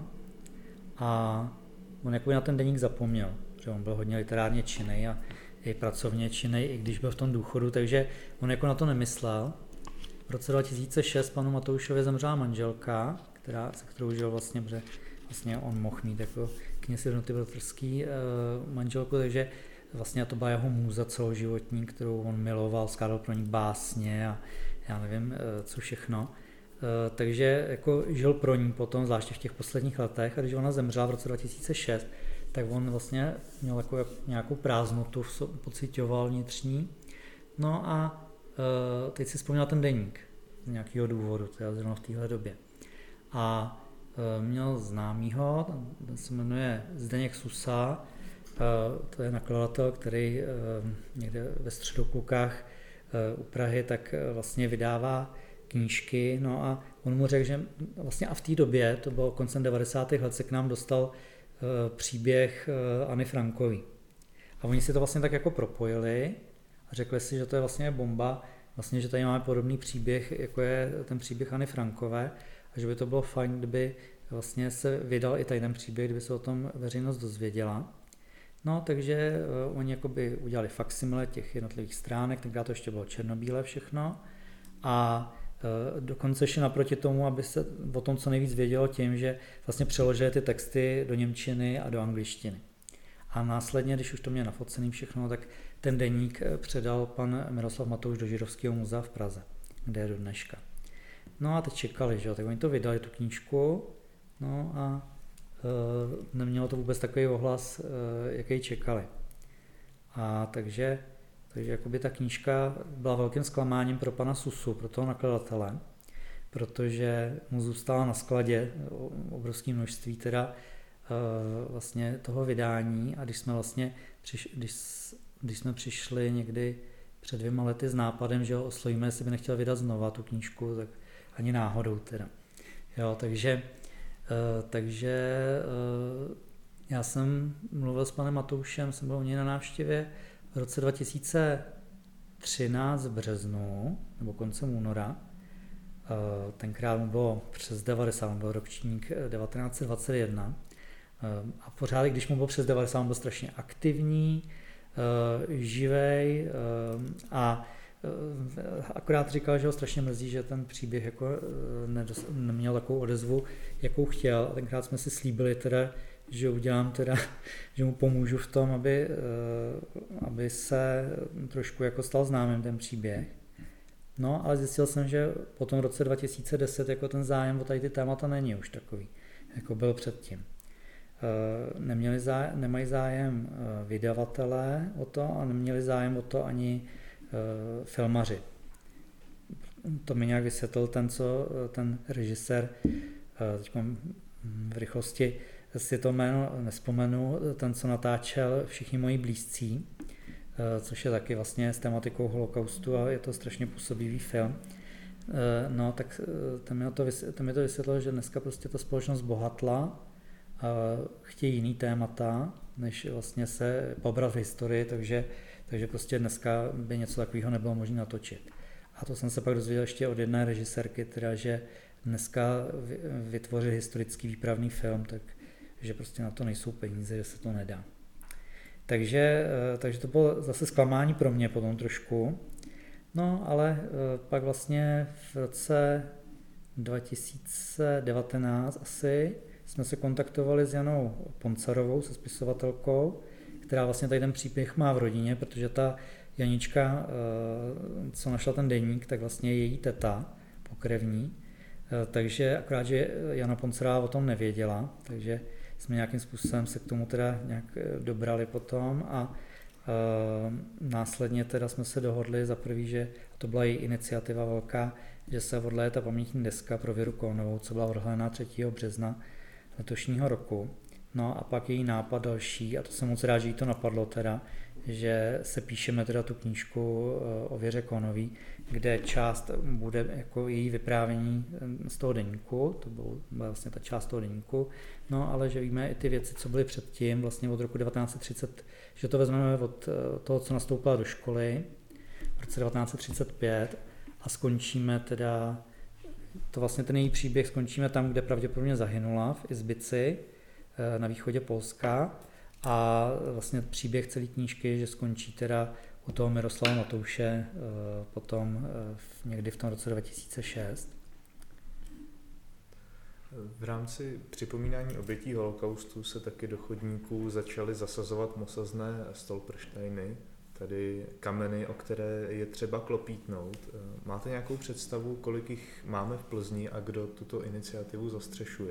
a on jako na ten deník zapomněl, že on byl hodně literárně činnej a i pracovně činnej, i když byl v tom důchodu, takže on jako na to nemyslel. V roce dva tisíce šest panu Matoušovi zemřela manželka, která, se kterou žil vlastně, protože vlastně on mohl mít jako kněz jednoty bratrský e, manželku, takže vlastně to byla jeho můza celoživotní, kterou on miloval, skládal pro ní básně a já nevím, e, co všechno. E, takže jako žil pro ní potom, zvláště v těch posledních letech, a když ona zemřela v roce dva tisíce šest, tak on vlastně měl jako nějakou prázdnotu, pocitoval vnitřní. No a e, teď si vzpomněl ten deník z nějakého důvodu, teda zrovna v téhle době. A e, měl známýho, ten se jmenuje Zdeněk Susa, e, to je nakladatel, který e, někde ve Středoklukách e, u Prahy tak e, vlastně vydává knížky, no a on mu řekl, že vlastně a v té době, to bylo koncem devadesátých let, se k nám dostal e, příběh e, Anny Frankové. A oni si to vlastně tak jako propojili a řekli si, že to je vlastně bomba, vlastně, že tady máme podobný příběh, jako je ten příběh Anny Frankové, a že by to bylo fajn, kdyby vlastně se vydal i tady ten příběh, kdyby se o tom veřejnost dozvěděla. No, takže uh, oni jakoby udělali faksimile těch jednotlivých stránek, tenkrát to ještě bylo černobílé všechno a uh, dokonce ještě naproti tomu, aby se o tom co nejvíc vědělo tím, že vlastně přeložili ty texty do němčiny a do angličtiny. A následně, když už to měl nafocený všechno, tak ten deník předal pan Miroslav Matouš do Židovského muzea v Praze, kde je do dneška. No a teď čekali, že jo, tak oni to vydali, tu knížku, no a e, nemělo to vůbec takový ohlas, e, jaký čekali. A takže, takže jakoby ta knížka byla velkým zklamáním pro pana Susu, pro toho nakladatele, protože mu zůstala na skladě obrovské množství teda e, vlastně toho vydání a když jsme vlastně, přiš, když, když jsme přišli někdy před dvěma lety s nápadem, že ho oslovíme, jestli by nechtěl vydat znova tu knížku, tak ani náhodou teda. Jo, takže, uh, takže uh, já jsem mluvil s panem Matoušem, jsem byl u něj na návštěvě v roce dva tisíce třináct v březnu, nebo koncem února. Uh, tenkrát mu bylo přes devadesát, byl ročník devatenáct set dvacet jedna. Uh, a pořád, když mu bylo přes devadesát, byl strašně aktivní, uh, živej uh, a akorát říkal, že ho strašně mrzí, že ten příběh jako nedos, neměl takovou odezvu, jakou chtěl. A tenkrát jsme si slíbili teda, že udělám teda, že mu pomůžu v tom, aby, aby se trošku jako stal známým ten příběh. No, ale zjistil jsem, že po tom roce dva tisíce deset jako ten zájem o tady ty témata není už takový, jako byl předtím. Neměli zájem, nemají zájem vydavatelé o to a neměli zájem o to ani filmaři. To mi nějak vysvětlil ten, co, ten režisér, teď v rychlosti si to jméno nespomenu, ten, co natáčel Všichni moji blízcí, což je taky vlastně s tematikou holokaustu a je to strašně působivý film. No, tak ten mi to, ten mi to vysvětlil, že dneska prostě ta společnost bohatla a chtějí jiný témata, než vlastně se pobrat v historii, takže Takže prostě dneska by něco takového nebylo možné natočit. A to jsem se pak dozvěděl ještě od jedné režisérky, teda, že dneska vytvořit historický výpravný film, takže prostě na to nejsou peníze, že se to nedá. Takže, takže to bylo zase zklamání pro mě potom trošku. No, ale pak vlastně v roce dva tisíce devatenáct asi jsme se kontaktovali s Janou Poncarovou, se spisovatelkou, která vlastně tady ten příběh má v rodině, protože ta Janička, co našla ten deník, tak vlastně je její teta pokrevní, takže akorát, že Jana Poncarová o tom nevěděla, takže jsme nějakým způsobem se k tomu teda nějak dobrali potom a Uh, následně teda jsme se dohodli za prvý, že to byla její iniciativa velká, že se odleje ta pamětní deska pro Věru Kohnovou, co byla odhalena třetího března letošního roku. No a pak její nápad další, a to jsem moc rád, že jí to napadlo teda, že se píšeme teda tu knížku uh, o Věře Kohnový, kde část bude jako její vyprávění z toho deníku, to byla vlastně ta část toho deníku, no ale že víme i ty věci, co byly předtím, vlastně od roku devatenáct set třicet, že to vezmeme od toho, co nastoupila do školy v roce devatenáct set třicet pět a skončíme teda, to vlastně ten její příběh skončíme tam, kde pravděpodobně zahynula, v Izbici na východě Polska a vlastně příběh celé knížky, že skončí teda u toho Miroslava Matouše potom někdy v tom roce dva tisíce šest. V rámci připomínání obětí holokaustu se taky do chodníků začaly zasazovat mosazné stolpersteiny, tedy kameny, o které je třeba klopítnout. Máte nějakou představu, kolik jich máme v Plzni a kdo tuto iniciativu zastřešuje?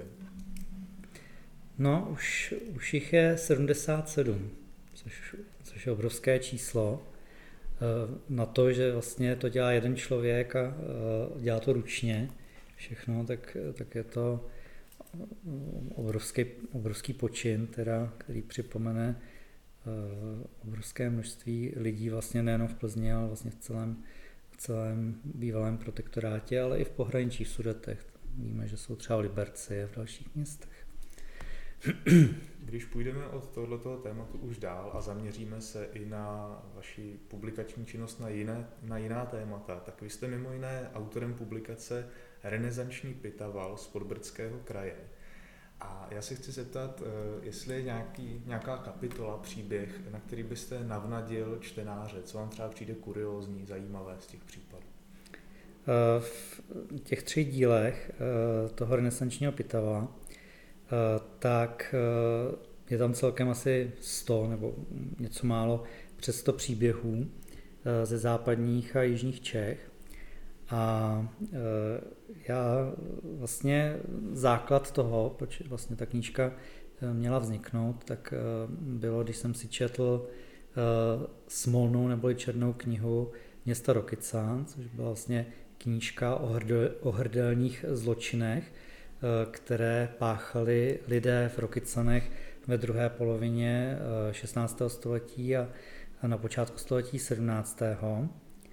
No, už, už jich je sedmdesát sedm, což, což je obrovské číslo. Na to, že vlastně to dělá jeden člověk a dělá to ručně všechno, tak, tak je to obrovský, obrovský počin, teda, který připomene obrovské množství lidí vlastně nejenom v Plzni, ale vlastně v celém, v celém bývalém protektorátě, ale i v pohraničí v Sudetech. Víme, že jsou třeba v Liberci a v dalších městech. Když půjdeme od tohoto tématu už dál a zaměříme se i na vaši publikační činnost na, jiné, na jiná témata, tak vy jste mimo jiné autorem publikace Renesanční pitaval z Podbrdského kraje. A já se chci zeptat, jestli je nějaký, nějaká kapitola, příběh, na který byste navnadil čtenáře, co vám třeba přijde kuriózní, zajímavé z těch případů? V těch třech dílech toho renesančního pitava tak je tam celkem asi sto nebo něco málo přes sto příběhů ze západních a jižních Čech. A já vlastně základ toho, proč vlastně ta knížka měla vzniknout, tak bylo, když jsem si četl smolnou neboli černou knihu města Rokycan, což byla vlastně knížka o, hrdo, o hrdelních zločinech, které páchali lidé v Rokycanech ve druhé polovině šestnáctého století a na počátku století sedmnáctého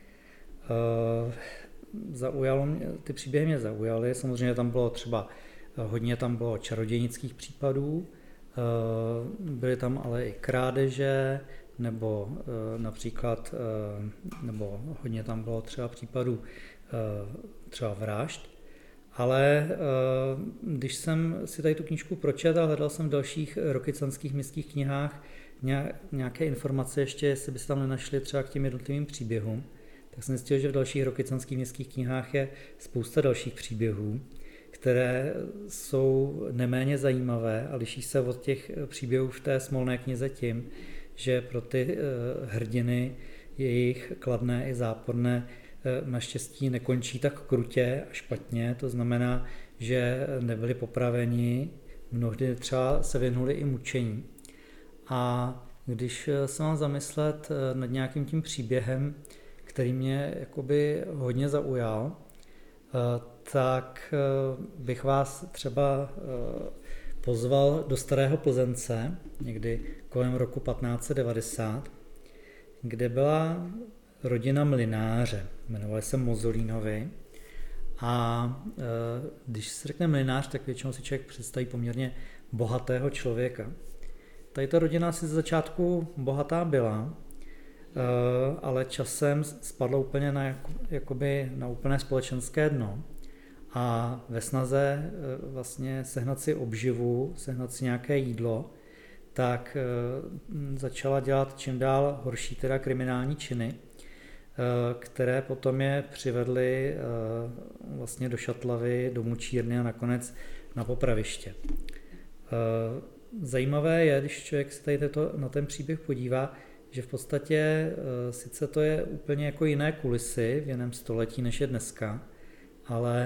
Zaujalo mě, ty příběhy mě zaujaly, samozřejmě tam bylo třeba hodně tam bylo čarodějnických případů, byly tam ale i krádeže, nebo například, nebo hodně tam bylo třeba případů třeba vražd. Ale když jsem si tady tu knížku pročetl a hledal jsem v dalších rokycanských městských knihách nějaké informace ještě, jestli by se tam nenašly třeba k těm jednotlivým příběhům, tak jsem zjistil, že v dalších rokycanských městských knihách je spousta dalších příběhů, které jsou neméně zajímavé a liší se od těch příběhů v té smolné knize tím, že pro ty hrdiny jejich kladné i záporné naštěstí nekončí tak krutě a špatně, to znamená, že nebyli popraveni, mnohdy třeba se věnuli i mučení. A když se mám zamyslet nad nějakým tím příběhem, který mě jakoby hodně zaujal, tak bych vás třeba pozval do Starého Plzence, někdy kolem roku patnáct set devadesát, kde byla rodina mlynáře, jmenovali se Mozolínovi. A když se řekne mlynář, tak většinou si člověk představí poměrně bohatého člověka. Tady ta rodina si ze začátku bohatá byla, ale časem spadla úplně na, jakoby na úplné společenské dno a ve snaze vlastně sehnat si obživu, sehnat si nějaké jídlo, tak začala dělat čím dál horší teda kriminální činy, které potom je přivedly vlastně do šatlavy, do mučírny a nakonec na popraviště. Zajímavé je, když člověk se tady to, na ten příběh podívá, že v podstatě sice to je úplně jako jiné kulisy v jiném století, než je dneska, ale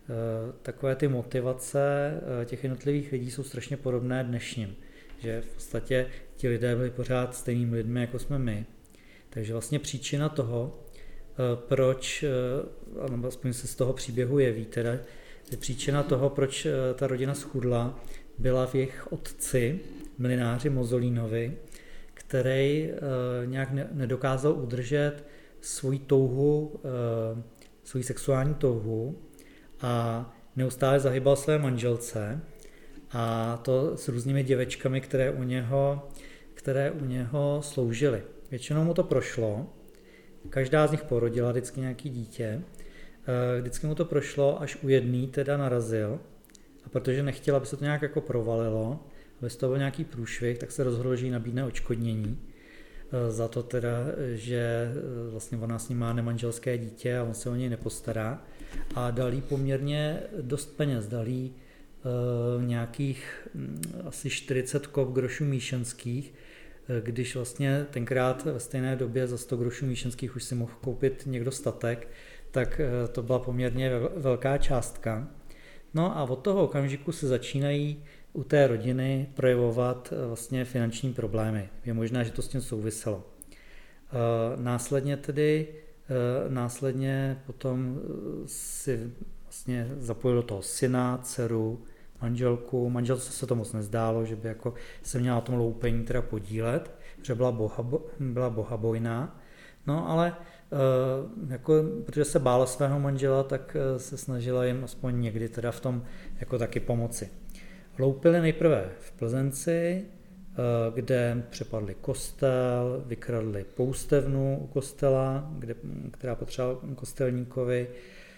takové ty motivace těch jednotlivých lidí jsou strašně podobné dnešním. Že v podstatě ti lidé byli pořád stejnými lidmi, jako jsme my. Takže vlastně příčina toho, proč, nebo aspoň se z toho příběhu jeví, teda, příčina toho, proč ta rodina schudla, byla v jejich otci, mlynáři Mozolínovi, který nějak nedokázal udržet svoji touhu, svoji sexuální touhu a neustále zahybal své manželce, a to s různými děvečkami, které u něho, které u něho sloužily. Většinou mu to prošlo, každá z nich porodila vždycky nějaký dítě, vždycky mu to prošlo, až u jedný teda narazil, a protože nechtěl, aby se to nějak jako provalilo, aby z toho byl nějaký průšvih, tak se rozhodl, že jí nabídne odškodnění za to teda, že vlastně ona s ním má nemanželské dítě a on se o něj nepostará, a dal jí poměrně dost peněz, dal jí nějakých asi čtyřicet kop grošů míšenských, když vlastně tenkrát ve stejné době za sto grošů míšenských už si mohl koupit někdo statek, tak to byla poměrně velká částka. No a od toho okamžiku se začínají u té rodiny projevovat vlastně finanční problémy. Je možné, že to s tím souviselo. Následně tedy, následně potom si vlastně zapojil do toho syna, dceru, manželku. Manželce se to moc nezdálo, že by jako se měla na tom loupení teda podílet, protože byla, bohabo, byla bohabojná. No ale jako, protože se bála svého manžela, tak se snažila jim aspoň někdy teda v tom jako taky pomoci. Loupili nejprve v Plzenci, kde přepadli kostel, vykradli poustevnu u kostela, kde, která patřila kostelníkovi.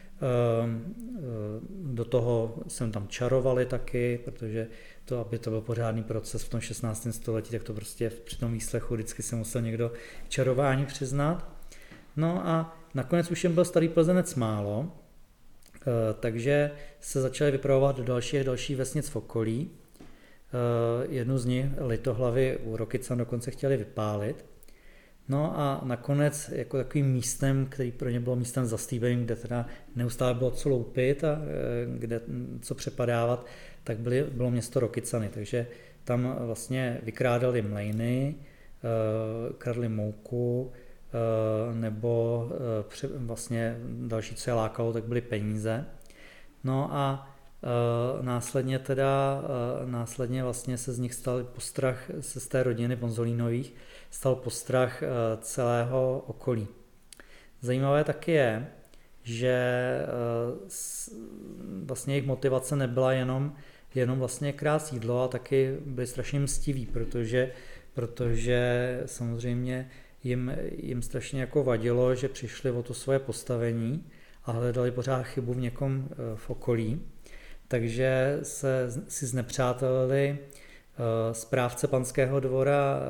Do toho jsem tam čarovali taky, protože to, aby to byl pořádný proces v tom šestnáctém století, tak to prostě při tom výslechu vždycky se musel někdo k čarování přiznat. No a nakonec už jen byl starý Plzenec málo, takže se začaly vypravovat do dalších dalších vesnic v okolí. Jednu z nich, Litohlavy u Rokycan, dokonce chtěli vypálit. No a nakonec jako takovým místem, který pro ně bylo místem zastýbeným, kde teda neustále bylo co loupit a kde co přepadávat, tak byly, bylo město Rokycany. Takže tam vlastně vykrádali mlejny, kradli mouku, nebo vlastně další, co je lákalo, tak byly peníze. No a následně teda, následně vlastně se z nich stal postrach, se z té rodiny Mozolínových, stal postrach celého okolí. Zajímavé taky je, že vlastně jejich motivace nebyla jenom, jenom vlastně krát jídlo, a taky byli strašně mstiví, protože, protože samozřejmě jim, jim strašně jako vadilo, že přišli o to svoje postavení a hledali pořád chybu v někom v okolí. Takže se si znepřátelili správce panského dvora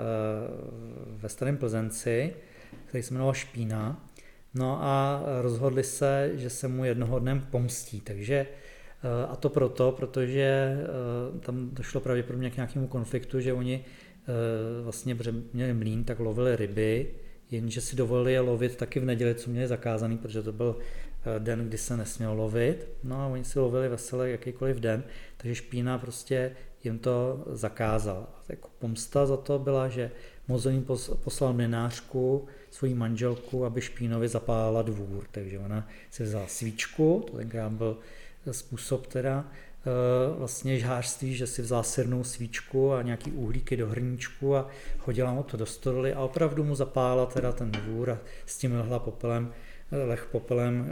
ve Starém Plzenci, který se jmenoval Špína, no a rozhodli se, že se mu jednoho dnem pomstí. Takže, a to proto, protože tam došlo pravděpodobně k nějakému konfliktu, že oni vlastně měli mlýn, tak lovili ryby, jenže si dovolili je lovit taky v neděli, co měli zakázaný, protože to byl den, kdy se nesměl lovit. No a oni si lovili vesele jakýkoliv den, takže Špína prostě jim to zakázal. A jako pomsta za to byla, že Mozolín poslal mlynářku, svoji manželku, aby Špínovi zapálila dvůr. Takže ona si vzala svíčku, to tenkrát byl způsob teda vlastně žhářství, že si vzala sirnou svíčku a nějaký uhlíky do hrníčku a hodila mu to do stodoly a opravdu mu zapálila teda ten dvůr a s tím lehla popelem, leh popelem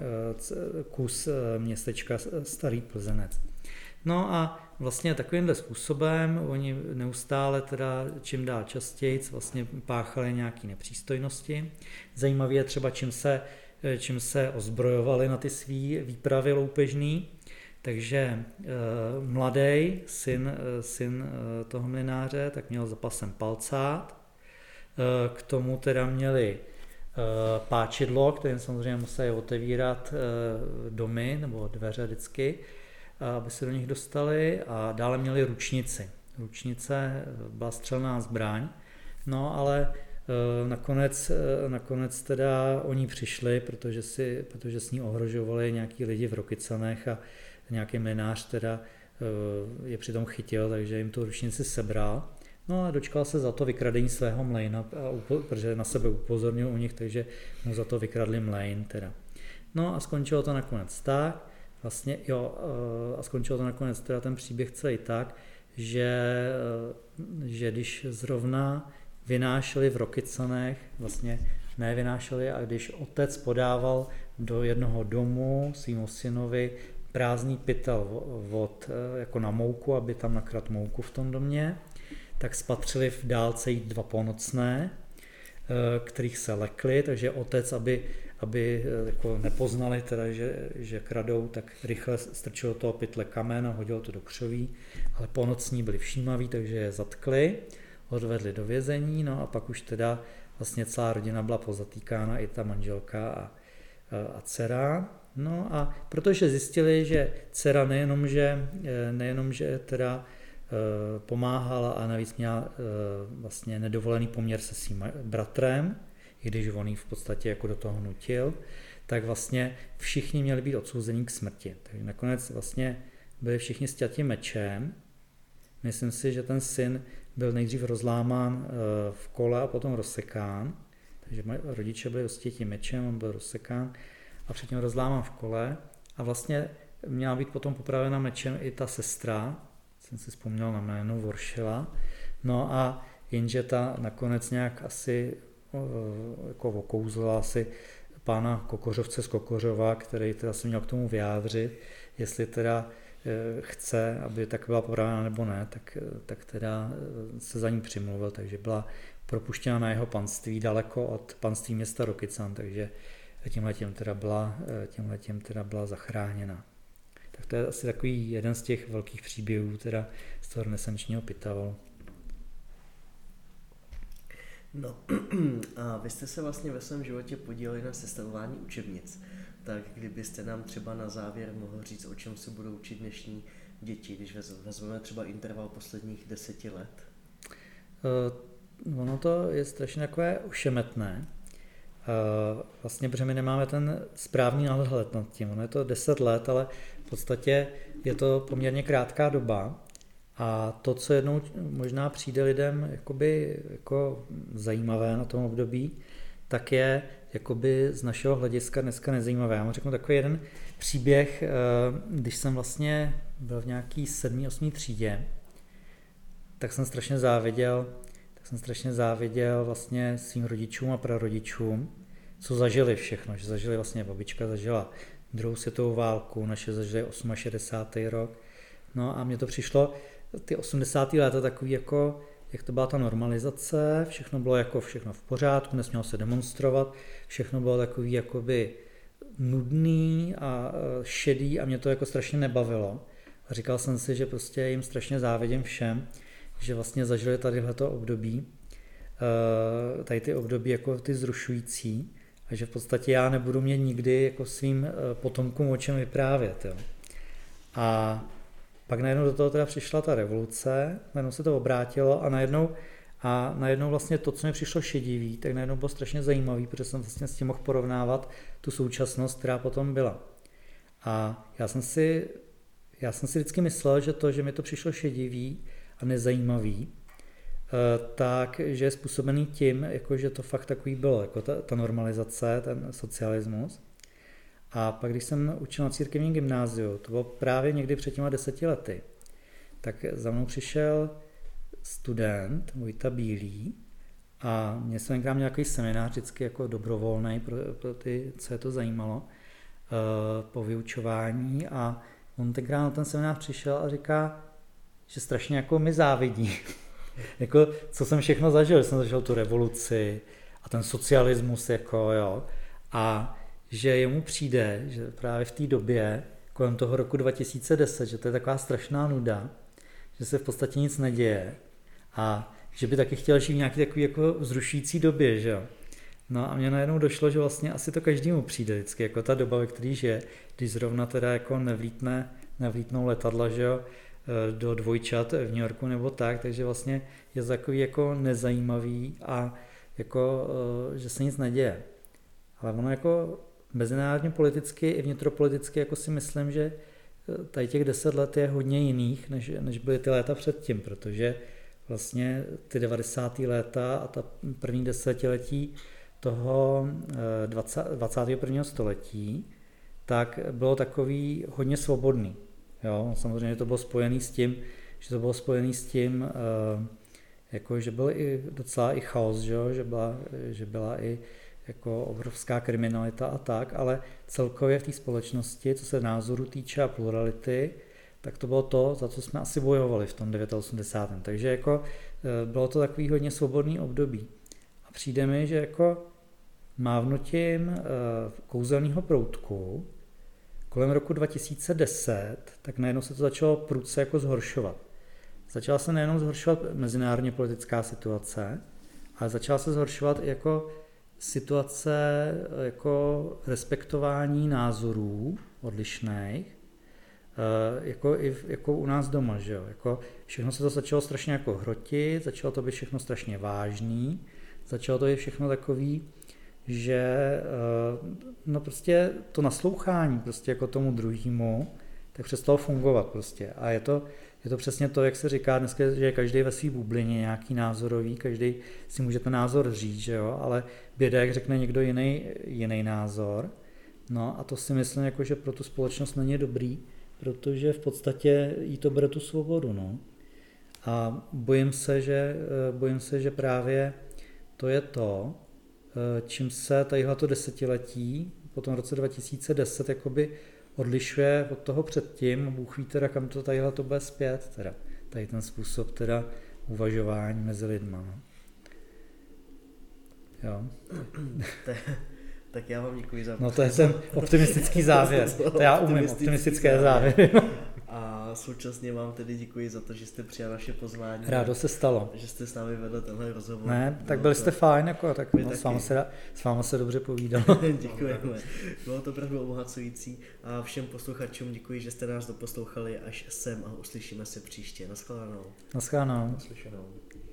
kus městečka Starý Plzenec. No a vlastně takovýmhle způsobem oni neustále teda čím dál častěji vlastně páchali nějaké nepřístojnosti. Zajímavé je třeba, čím se, čím se ozbrojovali na ty svý výpravy loupežný. Takže e, mladý syn, syn e, toho mlynáře tak měl za pasem palcát, e, k tomu teda měli e, páčidlo, kterým samozřejmě museli otevírat e, domy nebo dveře vždycky, aby se do nich dostali, a dále měli ručnici. Ručnice byla střelná zbraň, no ale e, nakonec, e, nakonec teda oni přišli, protože, si, protože s ní ohrožovali nějaký lidi v Rokycanech a nějaký mlynář teda je přitom chytil, takže jim tu ručnici sebral. No a dočkal se za to vykradení svého mlejna, protože na sebe upozornil u nich, takže mu za to vykradli mlejn teda. No a skončilo to nakonec tak, vlastně jo, a skončilo to nakonec teda ten příběh celý tak, že, že když zrovna vynášeli v Rokycanech, vlastně ne vynášeli, a když otec podával do jednoho domu svýmu synovi prázdný pytel vod jako na mouku, aby tam nakrat mouku v tom domě, tak spatřili v dálce jít dva ponocné, kterých se lekli, takže otec, aby, aby jako nepoznali, teda, že, že kradou, tak rychle strčil do toho pytle kamen a hodil to do křoví, ale ponocní byli všímaví, takže je zatkli, odvedli do vězení, no a pak už teda vlastně celá rodina byla pozatýkána, i ta manželka a, a dcera. No a protože zjistili, že dcera nejenom, že, nejenom, že teda pomáhala a navíc měla vlastně nedovolený poměr se svým bratrem, i když on jí v podstatě jako do toho nutil, tak vlastně všichni měli být odsouzení k smrti. Takže nakonec vlastně byli všichni sťati mečem. Myslím si, že ten syn byl nejdřív rozlámán v kole a potom rozsekán. Takže rodiče byli ostěti mečem, on byl rozsekán a předtím rozlámán v kole. A vlastně měla být potom popravena mečem i ta sestra, jsem si vzpomněl na jméno Voršila. No a jenže ta nakonec nějak asi jako okouzla asi pána Kokořovce z Kokořova, který teda se měl k tomu vyjádřit, jestli teda chce, aby tak byla popravena nebo ne, tak, tak teda se za ní přimluvil, takže byla propuštěna na jeho panství daleko od panství města Rokycan, takže tímhletím teda byla, tímhletím teda byla zachráněna. Tak to je asi takový jeden z těch velkých příběhů teda z toho renesančního Pitavalu. No a vy jste se vlastně ve svém životě podíleli na sestavování učebnic. Tak kdybyste nám třeba na závěr mohl říct, o čem se budou učit dnešní děti, když vezmeme třeba interval posledních deseti let? Uh, ono to je strašně takové ošemetné. Uh, vlastně, protože my nemáme ten správný náhled nad tím. Ono je to deset let, ale v podstatě je to poměrně krátká doba. A to, co jednou možná přijde lidem jakoby, jako zajímavé na tom období, tak je jakoby z našeho hlediska dneska nezajímavé. Já vám řeknu takový jeden příběh, když jsem vlastně byl v nějaký sedmý, osmý třídě, tak jsem strašně záviděl, tak jsem strašně záviděl vlastně svým rodičům a prarodičům, co zažili všechno, že zažili vlastně babička, zažila druhou světovou válku, naše zažili šedesátý osmý rok, no a mně to přišlo, ty osmdesátá léta takový jako, jak to byla ta normalizace, všechno bylo jako všechno v pořádku, nesmělo se demonstrovat, všechno bylo takový jakoby nudný a šedý a mě to jako strašně nebavilo. A říkal jsem si, že prostě jim strašně závidím všem, že vlastně zažili tadyhleto období, tady ty období jako ty zrušující a že v podstatě já nebudu mít nikdy jako svým potomkům o čem vyprávět. Jo. A pak najednou do toho teda přišla ta revoluce, najednou se to obrátilo a najednou, a najednou vlastně to, co mi přišlo šedivý, tak najednou bylo strašně zajímavý, protože jsem vlastně s tím mohl porovnávat tu současnost, která potom byla. A já jsem si, já jsem si vždycky myslel, že to, že mi to přišlo šedivý a nezajímavý, tak, že je způsobený tím, jako že to fakt takový bylo, jako ta, ta normalizace, ten socialismus. A pak, když jsem učil na církevním gymnáziu, to bylo právě někdy před těma deseti lety, tak za mnou přišel student, Vojta Bílý, a mě jsem tenkrát měl takový seminář, vždycky jako dobrovolný pro, pro ty, co je to zajímalo, po vyučování, a on tenkrát na ten seminář přišel a říká, že strašně jako mi závidí. Jako, co jsem všechno zažil, jsem zažil tu revoluci a ten socialismus, jako jo, a že jemu přijde, že právě v té době, kolem toho roku dva tisíce deset, že to je taková strašná nuda, že se v podstatě nic neděje a že by taky chtěl žít v nějaké takové jako vzrušující době, že jo. No a mně najednou došlo, že vlastně asi to každému přijde vždycky, jako ta doba, ve které žije, když zrovna teda jako nevlítne, nevlítnou letadla, že jo, do dvojčat v New Yorku nebo tak, takže vlastně je takový jako nezajímavý a jako, že se nic neděje. Ale ono jako mezinárodně politicky i vnitropoliticky jako si myslím, že tady těch deset let je hodně jiných, než, než byly ty léta předtím, protože vlastně ty devadesátá léta a ta první desetiletí toho dvacátého prvního století, tak bylo takový hodně svobodný. Jo? Samozřejmě to bylo spojený s tím, že to bylo spojený s tím, jako, že byl i docela i chaos, že byla, že byla i jako obrovská kriminalita a tak, ale celkově v té společnosti, co se názoru týče a plurality, tak to bylo to, za co jsme asi bojovali v tom osmdesátém devátém Takže jako bylo to takový hodně svobodný období. A přijde mi, že jako mávnutím kouzelného proutku kolem roku dva tisíce deset, tak najednou se to začalo prudce jako zhoršovat. Začala se nejenom zhoršovat mezinárodně politická situace, ale začala se zhoršovat i jako situace jako respektování názorů odlišných, jako i jako u nás doma, že jo? Jako všechno se to začalo strašně jako hrotit, začalo to být všechno strašně vážný, začalo to být všechno takový, že no prostě to naslouchání prostě jako tomu druhému, tak přestalo fungovat prostě. A je to, je to přesně to, jak se říká dneska, že je každý ve své bublině nějaký názorový, každý si může ten názor říct, že jo, ale běda, jak řekne někdo jiný, jiný názor. No a to si myslím, jako, že pro tu společnost není dobrý, protože v podstatě jí to bere tu svobodu, no. A bojím se, že, bojím se, že právě to je to, čím se tadyhleto desetiletí po tom roce dva tisíce deset jakoby odlišuje od toho předtím, Bůh ví teda, kam to tadyhle to bude zpět, teda, tady ten způsob teda uvažování mezi lidma. No. Jo. Tak já vám děkuji za... No to je ten optimistický závěr, to já umím, optimistické závěry. A současně vám tedy děkuji za to, že jste přijal naše pozvání. Rádo se stalo. Že jste s námi vedl tenhle rozhovor. Ne, tak byli jste fajn, jako, tak no, s, váma se, s váma se dobře povídalo. Děkujeme. Bylo to opravdu obohacující a všem posluchačům děkuji, že jste nás doposlouchali až sem a uslyšíme se příště. Naschledanou. Naschledanou. Naslyšenou.